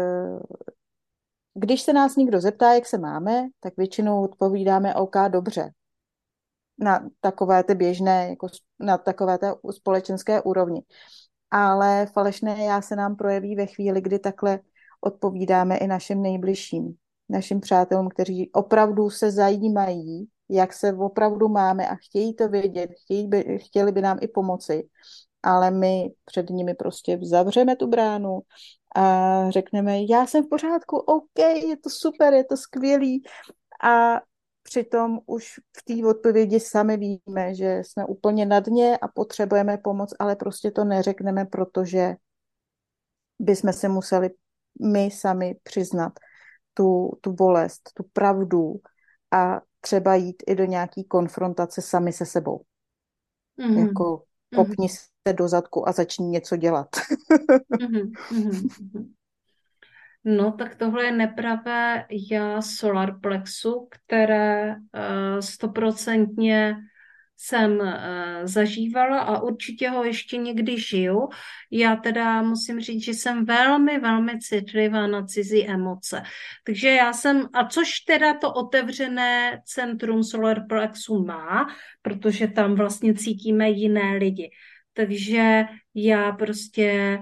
když se nás někdo zeptá, jak se máme, tak většinou odpovídáme OK, dobře. Na takové té běžné, jako na takové té společenské úrovni. Ale falešné já se nám projeví ve chvíli, kdy takhle odpovídáme i našim nejbližším, našim přátelům, kteří opravdu se zajímají, jak se opravdu máme a chtějí to vědět, chtěli by nám i pomoci, ale my před nimi prostě zavřeme tu bránu a řekneme, já jsem v pořádku, OK, je to super, je to skvělý a přitom už v té odpovědi sami víme, že jsme úplně na dně a potřebujeme pomoc, ale prostě to neřekneme, protože bychom se museli my sami přiznat tu bolest, tu pravdu a třeba jít i do nějaký konfrontace sami se sebou. Mm-hmm. Jako kopni se do zadku a začni něco dělat. Mm-hmm. No, tak tohle je nepravé já solar plexu, které stoprocentně jsem zažívala a určitě ho ještě někdy žiju. Já teda musím říct, že jsem velmi, velmi citlivá na cizí emoce. Takže já jsem, a což teda to otevřené centrum solar plexu má, protože tam vlastně cítíme jiné lidi. Takže já prostě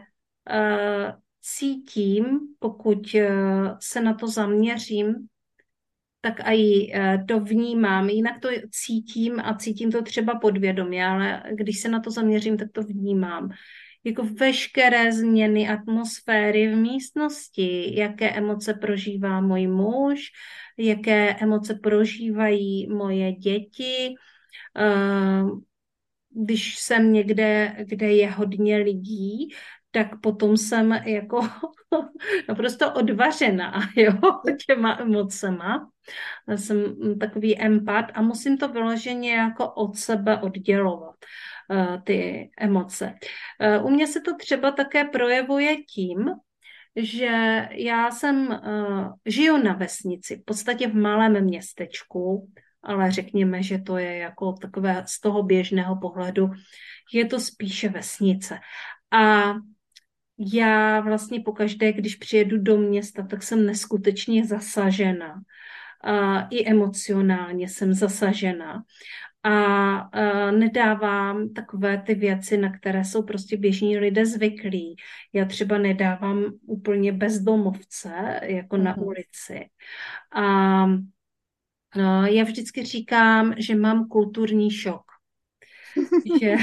cítím, pokud se na to zaměřím, tak i to vnímám. Jinak to cítím a cítím to třeba podvědomě, ale když se na to zaměřím, tak to vnímám. Jako veškeré změny atmosféry v místnosti, jaké emoce prožívá můj muž, jaké emoce prožívají moje děti, eh, když jsem někde, kde je hodně lidí, tak potom jsem jako naprosto odvařená, jo, těma emocema. Jsem takový empat a musím to vyloženě jako od sebe oddělovat, ty emoce. U mě se to třeba také projevuje tím, že já žiju na vesnici, v podstatě v malém městečku, ale řekněme, že to je jako takové z toho běžného pohledu, je to spíše vesnice. A já vlastně pokaždé, když přijedu do města, tak jsem neskutečně zasažena. I emocionálně jsem zasažena. A nedávám takové ty věci, na které jsou prostě běžní lidé zvyklí. Já třeba nedávám úplně bezdomovce, jako na ulici. A já vždycky říkám, že mám kulturní šok. Že,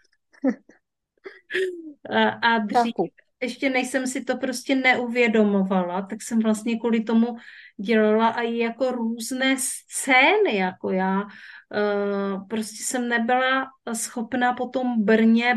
a dřív, Chápu. ještě než jsem si to prostě neuvědomovala, tak jsem vlastně kvůli tomu dělala i jako různé scény, jako já prostě jsem nebyla schopná po tom Brně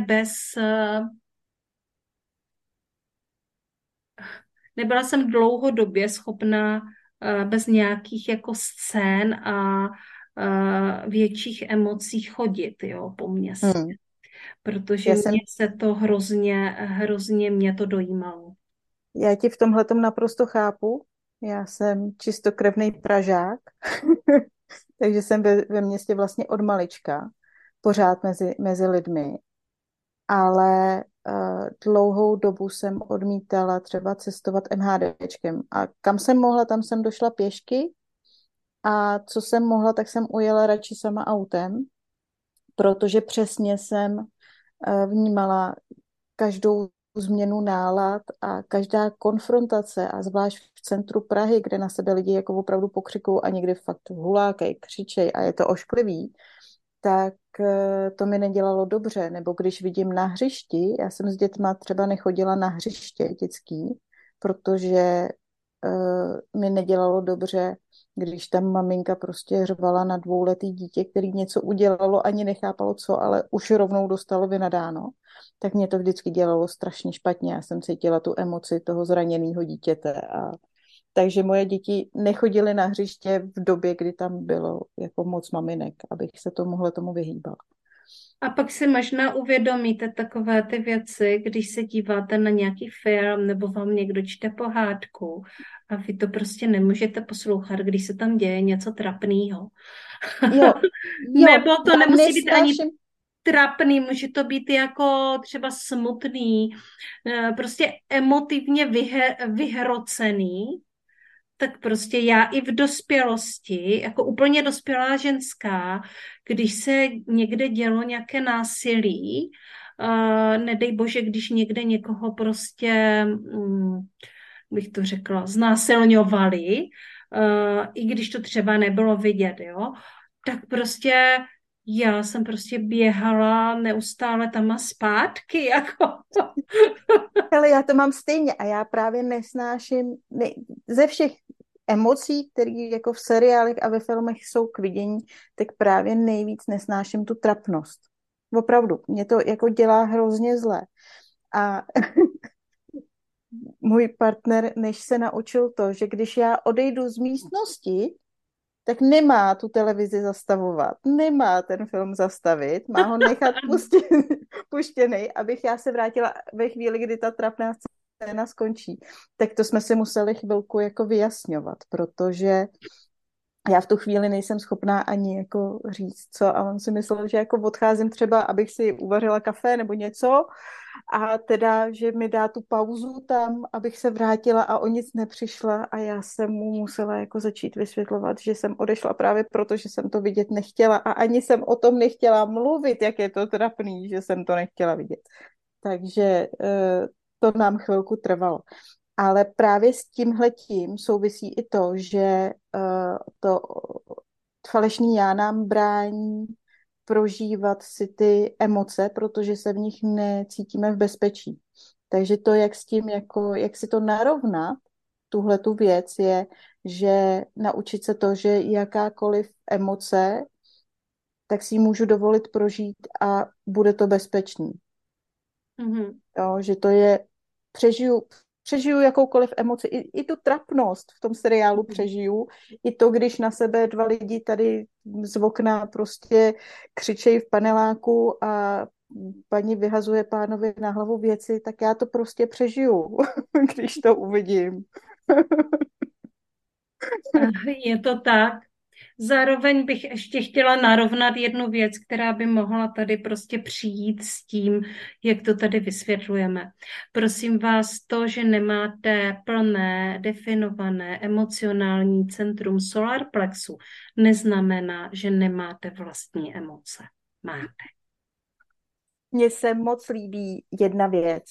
nebyla jsem dlouhodobě schopná bez nějakých jako scén a větších emocí chodit, jo, po městě. Hmm. Protože Já jsem, mě se to hrozně mě to dojímalo. já ti v tomhletom naprosto chápu. Já jsem čistokrevný Pražák, takže jsem ve městě vlastně od malička, pořád mezi lidmi. Ale dlouhou dobu jsem odmítala třeba cestovat MHDčkem. A kam jsem mohla, tam jsem došla pěšky. A co jsem mohla, tak jsem ujela radši sama autem, protože přesně jsem vnímala každou změnu nálad a každá konfrontace, a zvlášť v centru Prahy, kde na sebe lidi jako opravdu pokřikují a někdy fakt hulákej, křičej a je to ošklivý, tak to mi nedělalo dobře. Nebo když vidím na hřišti, já jsem s dětma třeba nechodila na hřiště dětský, protože mi nedělalo dobře, když tam maminka prostě řvala na dvouletý dítě, který něco udělalo, ani nechápalo co, ale už rovnou dostalo vynadáno, tak mě to vždycky dělalo strašně špatně. Já jsem cítila tu emoci toho zraněného dítěte. Takže moje děti nechodily na hřiště v době, kdy tam bylo jako moc maminek, abych se tomu vyhýbala. A pak si možná uvědomíte takové ty věci, když se díváte na nějaký film nebo vám někdo čte pohádku a vy to prostě nemůžete poslouchat, když se tam děje něco trapného. Jo, Nebo to já nemusí být ani nesnáším. trapný, může to být jako třeba smutný, prostě emotivně vyhrocený, tak prostě já i v dospělosti, jako úplně dospělá ženská, když se někde dělo nějaké násilí, nedej bože, když někde někoho prostě, bych to řekla, znásilňovali, i když to třeba nebylo vidět, jo, tak prostě já jsem prostě běhala neustále tam a zpátky, jako. Ale já to mám stejně a já právě nesnáším ze všech emocí, které jako v seriálech a ve filmech jsou k vidění, tak právě nejvíc nesnáším tu trapnost. Opravdu, mě to jako dělá hrozně zle. A můj partner, než se naučil to, že když já odejdu z místnosti, tak nemá tu televizi zastavovat, nemá ten film zastavit, má ho nechat puštěný, abych já se vrátila ve chvíli, kdy ta trapná scéna skončí. Tak to jsme si museli chvilku jako vyjasňovat, protože já v tu chvíli nejsem schopná ani jako říct co a on si myslel, že jako odcházím třeba, abych si uvařila kafe nebo něco a teda, že mi dá tu pauzu tam, abych se vrátila a o nic nepřišla a já jsem mu musela jako začít vysvětlovat, že jsem odešla právě proto, že jsem to vidět nechtěla a ani jsem o tom nechtěla mluvit, jak je to trapný, že jsem to nechtěla vidět. Takže to nám chvilku trvalo. Ale právě s tímhletím souvisí i to, že to falešný já nám brání prožívat si ty emoce, protože se v nich necítíme v bezpečí. Takže to, jak s tím, jako, jak si to narovnat, tuhle tu věc, je, že naučit se to, že jakákoliv emoce, tak si ji můžu dovolit prožít a bude to bezpečný. Mm-hmm. Jo, že to je, přežiju jakoukoliv emoci, i tu trapnost v tom seriálu přežiju, i to, když na sebe dva lidi tady z okna prostě křičejí v paneláku a paní vyhazuje pánovi na hlavu věci, tak já to prostě přežiju, když to uvidím. Je to tak. Zároveň bych ještě chtěla narovnat jednu věc, která by mohla tady prostě přijít s tím, jak to tady vysvětlujeme. Prosím vás, to, že nemáte plné, definované emocionální centrum solar plexu, neznamená, že nemáte vlastní emoce. Máte. Mně se moc líbí jedna věc,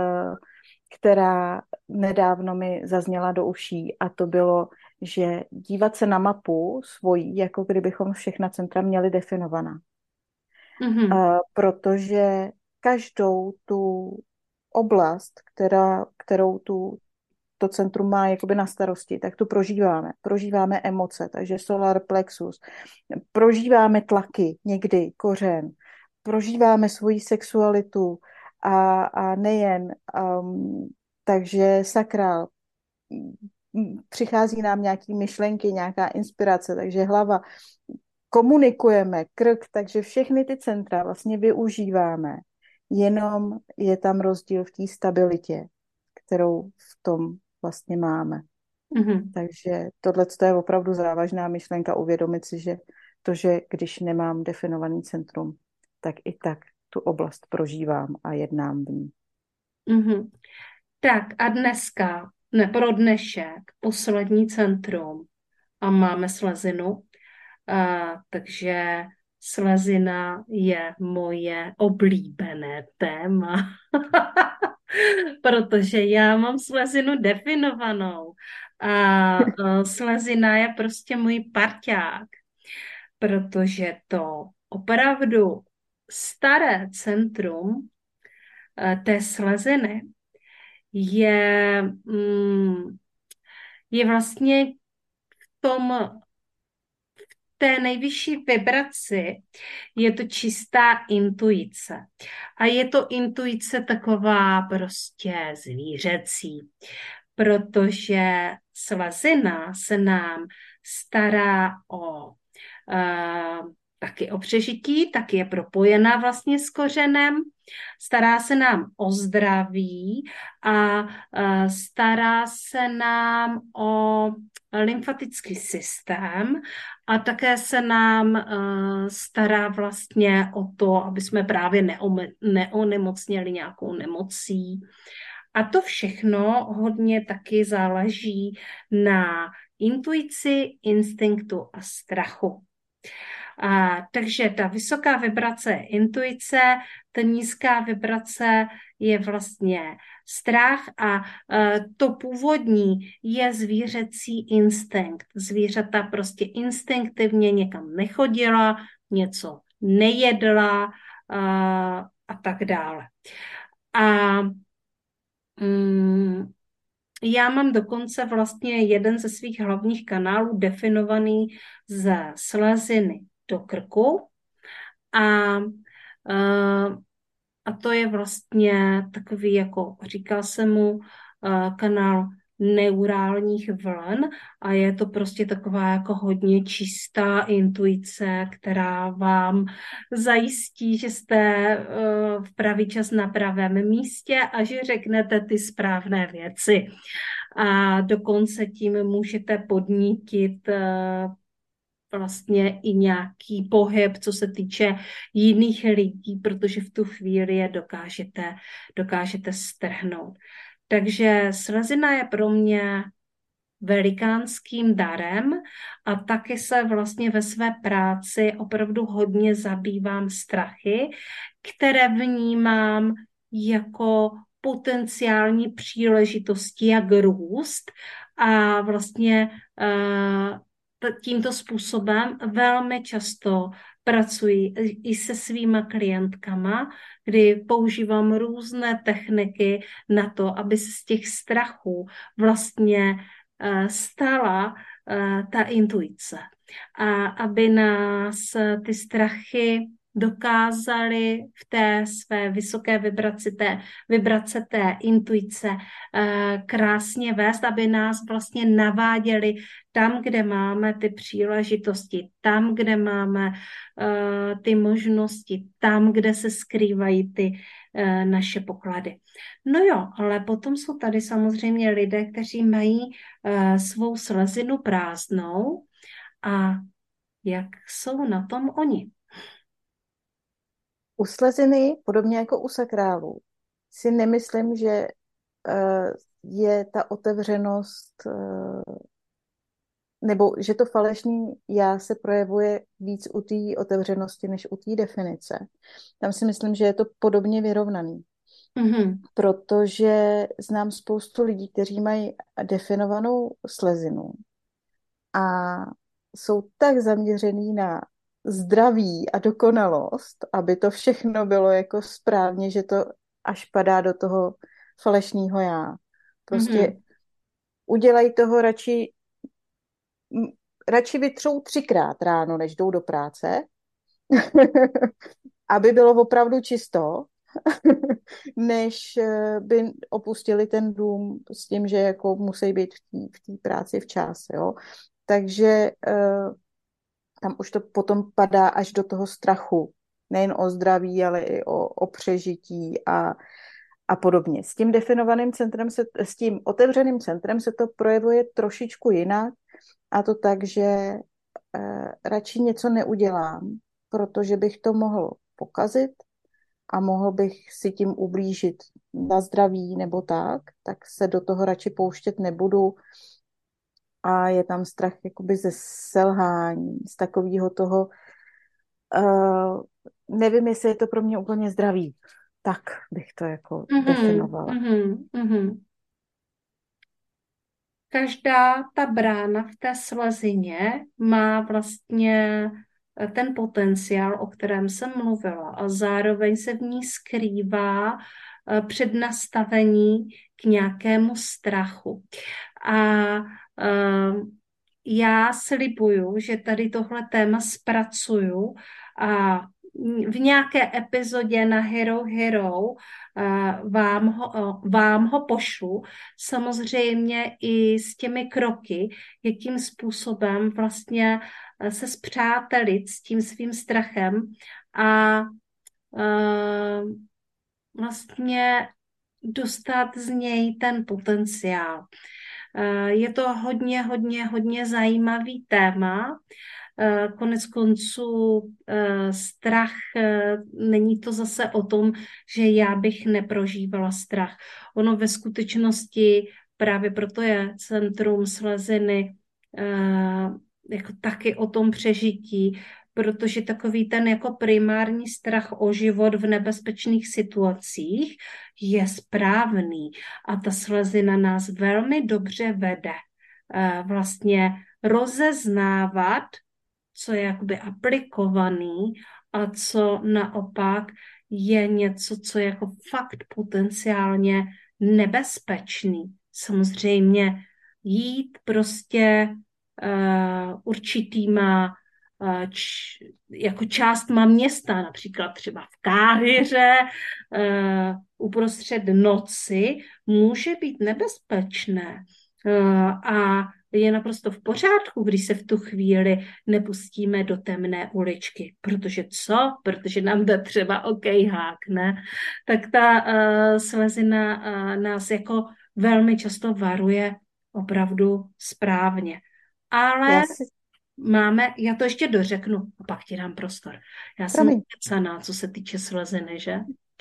která nedávno mi zazněla do uší a to bylo, že dívat se na mapu svojí, jako kdybychom všechna centra měli definovaná. Mm-hmm. Protože každou tu oblast, kterou to centrum má jakoby na starosti, tak tu prožíváme. Prožíváme emoce, takže solar plexus. Prožíváme tlaky, někdy kořen. Prožíváme svoji sexualitu a nejen. Takže sakrál. Přichází nám nějaký myšlenky, nějaká inspirace, takže hlava. Komunikujeme, krk, takže všechny ty centra vlastně využíváme. Jenom je tam rozdíl v té stabilitě, kterou v tom vlastně máme. Mm-hmm. Takže tohle je opravdu závažná myšlenka, uvědomit si, že to, že když nemám definovaný centrum, tak i tak tu oblast prožívám a jednám v ní. Mm-hmm. Tak a dneska, ne pro dnešek, poslední centrum a máme slezinu, takže slezina je moje oblíbené téma, protože já mám slezinu definovanou a slezina je prostě můj parťák, protože to opravdu staré centrum té sleziny je vlastně v té nejvyšší vibraci je to čistá intuice. A je to intuice taková prostě zvířecí, protože slezina se nám stará taky o přežití, taky je propojená vlastně s kořenem, stará se nám o zdraví a stará se nám o lymfatický systém a také se nám stará vlastně o to, aby jsme právě neonemocněli nějakou nemocí. A to všechno hodně taky záleží na intuici, instinktu a strachu. Takže ta vysoká vibrace je intuice, ta nízká vibrace je vlastně strach a to původní je zvířecí instinkt. Zvířata prostě instinktivně někam nechodila, něco nejedla a tak dále. Já mám dokonce vlastně jeden ze svých hlavních kanálů definovaný ze sleziny do krku a to je vlastně takový, jako říká se mu, kanál neurálních vln a je to prostě taková jako hodně čistá intuice, která vám zajistí, že jste v pravý čas na pravém místě a že řeknete ty správné věci. A dokonce tím můžete podnítit vlastně i nějaký pohyb, co se týče jiných lidí, protože v tu chvíli je dokážete strhnout. Takže slezina je pro mě velikánským darem a taky se vlastně ve své práci opravdu hodně zabývám strachy, které vnímám jako potenciální příležitosti, jak růst a vlastně tímto způsobem velmi často pracuji i se svýma klientkama, kdy používám různé techniky na to, aby se z těch strachů vlastně stala ta intuice. A aby nás ty strachy dokázali v té své vysoké vibrace té intuice krásně vést, aby nás vlastně naváděli tam, kde máme ty příležitosti, tam, kde máme ty možnosti, tam, kde se skrývají ty naše poklady. No jo, ale potom jsou tady samozřejmě lidé, kteří mají svou slezinu prázdnou a jak jsou na tom oni? U sleziny, podobně jako u sakrálu, si nemyslím, že je ta otevřenost, nebo že to falešný já se projevuje víc u té otevřenosti, než u té definice. Tam si myslím, že je to podobně vyrovnaný. Mm-hmm. Protože znám spoustu lidí, kteří mají definovanou slezinu a jsou tak zaměřený na zdraví a dokonalost, aby to všechno bylo jako správně, že to až padá do toho falešného já. Prostě udělají toho radši vytřou 3krát ráno, než jdou do práce, aby bylo opravdu čisto, než by opustili ten dům s tím, že jako musí být v té práci včas, jo. Takže tam už to potom padá až do toho strachu. Nejen o zdraví, ale i o přežití a podobně. S tím definovaným centrem, s tím otevřeným centrem se to projevuje trošičku jinak a to tak, že radši něco neudělám, protože bych to mohl pokazit a mohl bych si tím ublížit na zdraví nebo tak se do toho radši pouštět nebudu. A je tam strach jakoby ze selhání, z takového toho, nevím, jestli je to pro mě úplně zdravý. Tak bych to jako definovala. Každá ta brána v té slezině má vlastně ten potenciál, o kterém jsem mluvila a zároveň se v ní skrývá přednastavení k nějakému strachu. A já slibuju, že tady tohle téma zpracuju a v nějaké epizodě na Hero Hero vám ho pošlu, samozřejmě i s těmi kroky, jakým způsobem vlastně se spřátelit s tím svým strachem a vlastně dostat z něj ten potenciál. Je to hodně zajímavý téma. Konec konců strach, není to zase o tom, že já bych neprožívala strach. Ono ve skutečnosti právě proto je centrum sleziny jako taky o tom přežití, protože takový ten jako primární strach o život v nebezpečných situacích je správný a ta slezina nás velmi dobře vede vlastně rozeznávat, co je jakoby aplikovaný a co naopak je něco, co je jako fakt potenciálně nebezpečný. Samozřejmě jít prostě určitýma jako částma města, například třeba v Káhiře uprostřed noci, může být nebezpečné, A je naprosto v pořádku, když se v tu chvíli nepustíme do temné uličky. Protože co? Protože nám jde třeba okejhák, ne? Tak ta slezina nás jako velmi často varuje opravdu správně. Ale Já si, já to ještě dořeknu a pak ti dám prostor. Já jsem promiň, ukecaná, co se týče sleziny, že?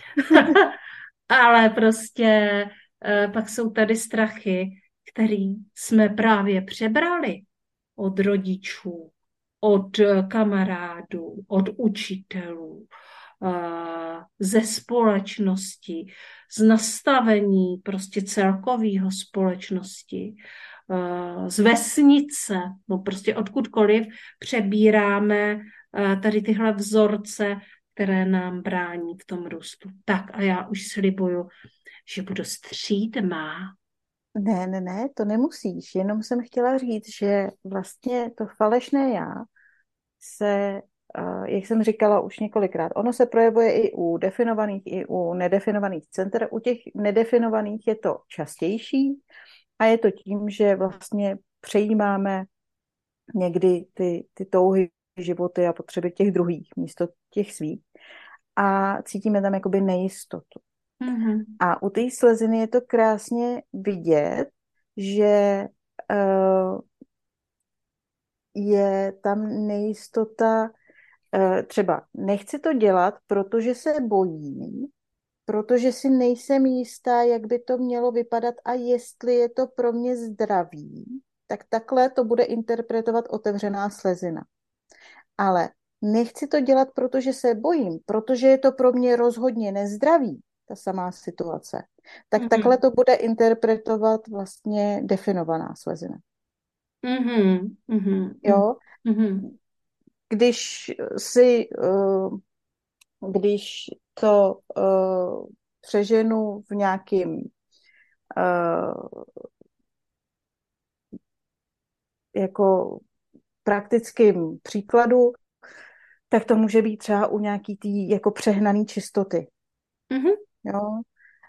Ale prostě pak jsou tady strachy, který jsme právě přebrali od rodičů, od kamarádů, od učitelů, ze společnosti, z nastavení prostě celkového společnosti, z vesnice, no prostě odkudkoliv přebíráme tady tyhle vzorce, které nám brání v tom růstu. Tak a já už slibuju, že budu střídmá. ne, to nemusíš, jenom jsem chtěla říct, že vlastně to falešné já se, jak jsem říkala už několikrát, ono se projevuje i u definovaných, i u nedefinovaných center. U těch nedefinovaných je to častější a je to tím, že vlastně přejímáme někdy ty touhy, životy a potřeby těch druhých místo těch svých a cítíme tam jakoby nejistotu. Mm-hmm. A u té sleziny je to krásně vidět, že je tam nejistota, třeba nechci to dělat, protože se bojím, protože si nejsem jistá, jak by to mělo vypadat a jestli je to pro mě zdravý, tak takhle to bude interpretovat otevřená slezina. Ale nechci to dělat, protože se bojím, protože je to pro mě rozhodně nezdravý, ta samá situace. Tak takhle to bude interpretovat vlastně definovaná slezina. Mm-hmm. Mm-hmm. Jo? Mm-hmm. Když si, když to přeženu v nějakým jako praktickým příkladu, tak to může být třeba u nějaký tý jako přehnaný čistoty. Mm-hmm. Jo?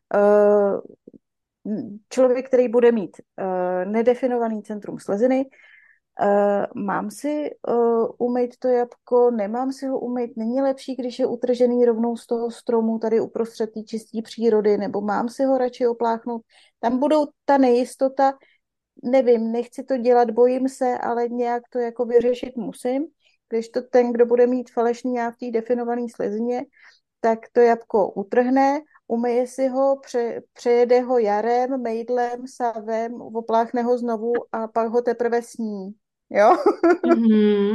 Člověk, který bude mít nedefinovaný centrum sleziny, mám si umýt to jabko, nemám si ho umýt, není lepší, když je utržený rovnou z toho stromu tady uprostřed té čisté přírody, nebo mám si ho radši opláchnout. Tam budou ta nejistota, nevím, nechci to dělat, bojím se, ale nějak to jako vyřešit musím. Když to ten, kdo bude mít falešný já v té definované slezině, tak to jabko utrhne, umyje si ho, přejede ho jarem, mejdlem, savem, opláchne ho znovu a pak ho teprve sní. Jo? Mm-hmm.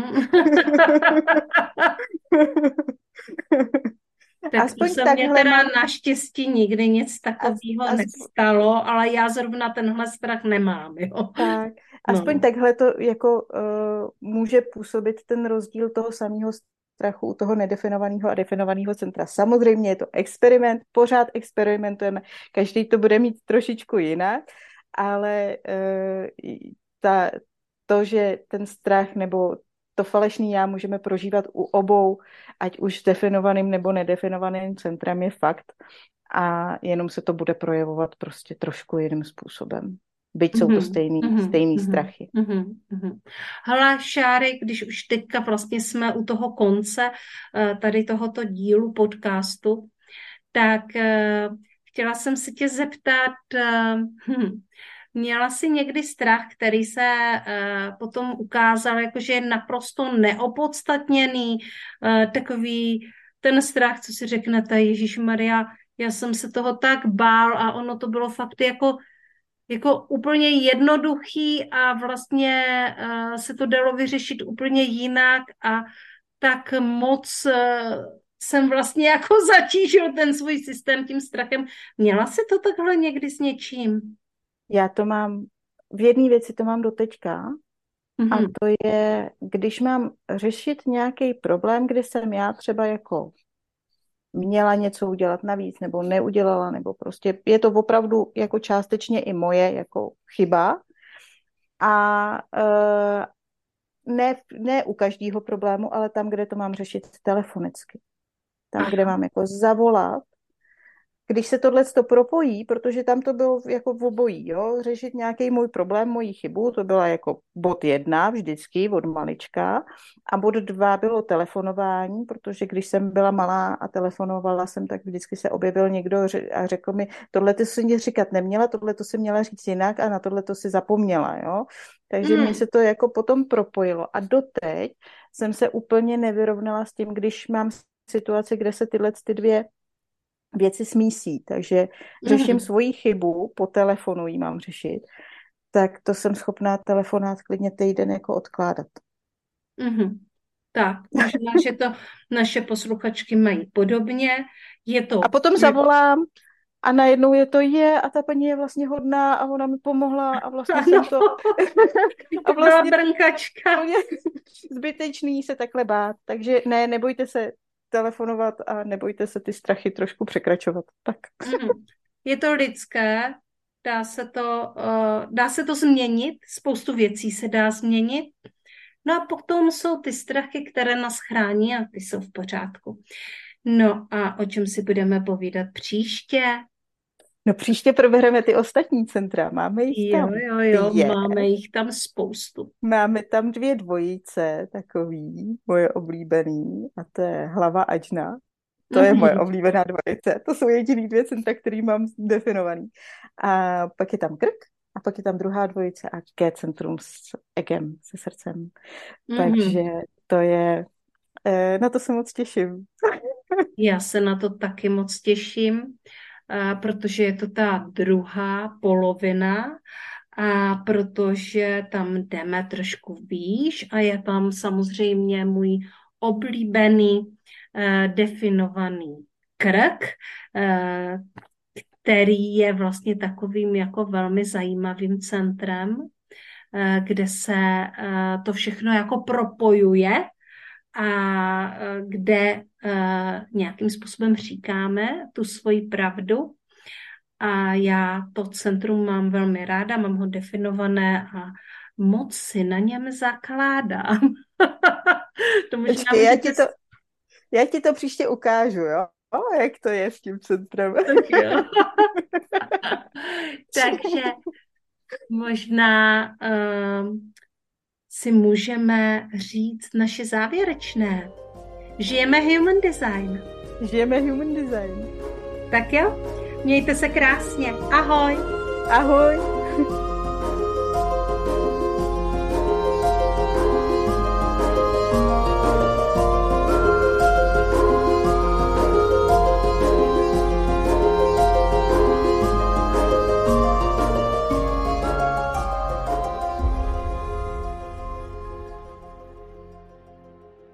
Tak to Aspoň se mně takhle teda mám, naštěstí nikdy nic as, takového as, nestalo, ale já zrovna tenhle strach nemám, jo. tak, aspoň No. takhle to jako může působit ten rozdíl toho samého strachu u toho nedefinovaného a definovaného centra. Samozřejmě je to experiment, pořád experimentujeme, každý to bude mít trošičku jinak, ale to, že ten strach nebo to falešný já můžeme prožívat u obou, ať už s definovaným nebo nedefinovaným centrem, je fakt. A jenom se to bude projevovat prostě trošku jiným způsobem. Byť jsou to stejný strachy. Hele, Šáry, když už teďka vlastně jsme u toho konce tady tohoto dílu podcastu, tak chtěla jsem se tě zeptat, měla jsi někdy strach, který se potom ukázal, jakože je naprosto neopodstatněný, takový ten strach, co si řeknete, Ježíšmarja, já jsem se toho tak bál a ono to bylo fakt jako úplně jednoduchý a vlastně se to dalo vyřešit úplně jinak a tak moc jsem vlastně jako zatížil ten svůj systém tím strachem. Měla jsi to takhle někdy s něčím? Já to mám, v jedné věci to mám doteďka, a to je, když mám řešit nějaký problém, kdy jsem já třeba jako měla něco udělat navíc, nebo neudělala, nebo prostě je to opravdu jako částečně i moje jako chyba. A ne u každého problému, ale tam, kde to mám řešit telefonicky. Tam, kde mám jako zavolat když se tohle to propojí, protože tam to bylo jako v obojí, jo, řešit nějaký můj problém, moji chybu, to byla jako bod 1 vždycky od malička a bod 2 bylo telefonování, protože když jsem byla malá a telefonovala jsem, tak vždycky se objevil někdo a řekl mi, tohle ty si říkat neměla, tohle to si měla říct jinak a na tohle to si zapomněla, jo. Takže mi se to jako potom propojilo a doteď jsem se úplně nevyrovnala s tím, když mám situace, kde se tyhle ty dvě věci smísí, takže řeším svoji chybu, po telefonu ji mám řešit, tak to jsem schopná telefonát klidně týden jako odkládat. Tak, možná, že to naše posluchačky mají podobně. Je to... A potom zavolám a najednou je to a ta paní je vlastně hodná a ona mi pomohla a vlastně jsem to... a vlastně byla brnkačka. Zbytečný se takhle bát, takže nebojte se telefonovat a nebojte se ty strachy trošku překračovat. Tak. Je to lidské, dá se to změnit, spoustu věcí se dá změnit. No a potom jsou ty strachy, které nás chrání a ty jsou v pořádku. No a o čem si budeme povídat příště? No příště probereme ty ostatní centra. Máme jich tam. Jo, máme jich tam spoustu. Máme tam 2 dvojice takový, moje oblíbený, a to je Hlava a Džna. To je moje oblíbená dvojice. To jsou jediný 2 centra, který mám definovaný. A pak je tam krk, a pak je tam druhá dvojice a G-centrum s egem, se srdcem. Takže to je, na to se moc těším. Já se na to taky moc těším, protože je to ta druhá polovina a protože tam jdeme trošku výš a je tam samozřejmě můj oblíbený definovaný krk, který je vlastně takovým jako velmi zajímavým centrem, kde se to všechno jako propojuje a kde nějakým způsobem říkáme tu svoji pravdu. A já to centrum mám velmi ráda, mám ho definované a moc si na něm zakládám. To možná Počkej, já ti to příště ukážu, jo? Jak to je s tím centrem. Tak jo. Takže možná si můžeme říct naše závěrečné. Žijeme Human Design. Žijeme Human Design. Tak jo, mějte se krásně. Ahoj. Ahoj.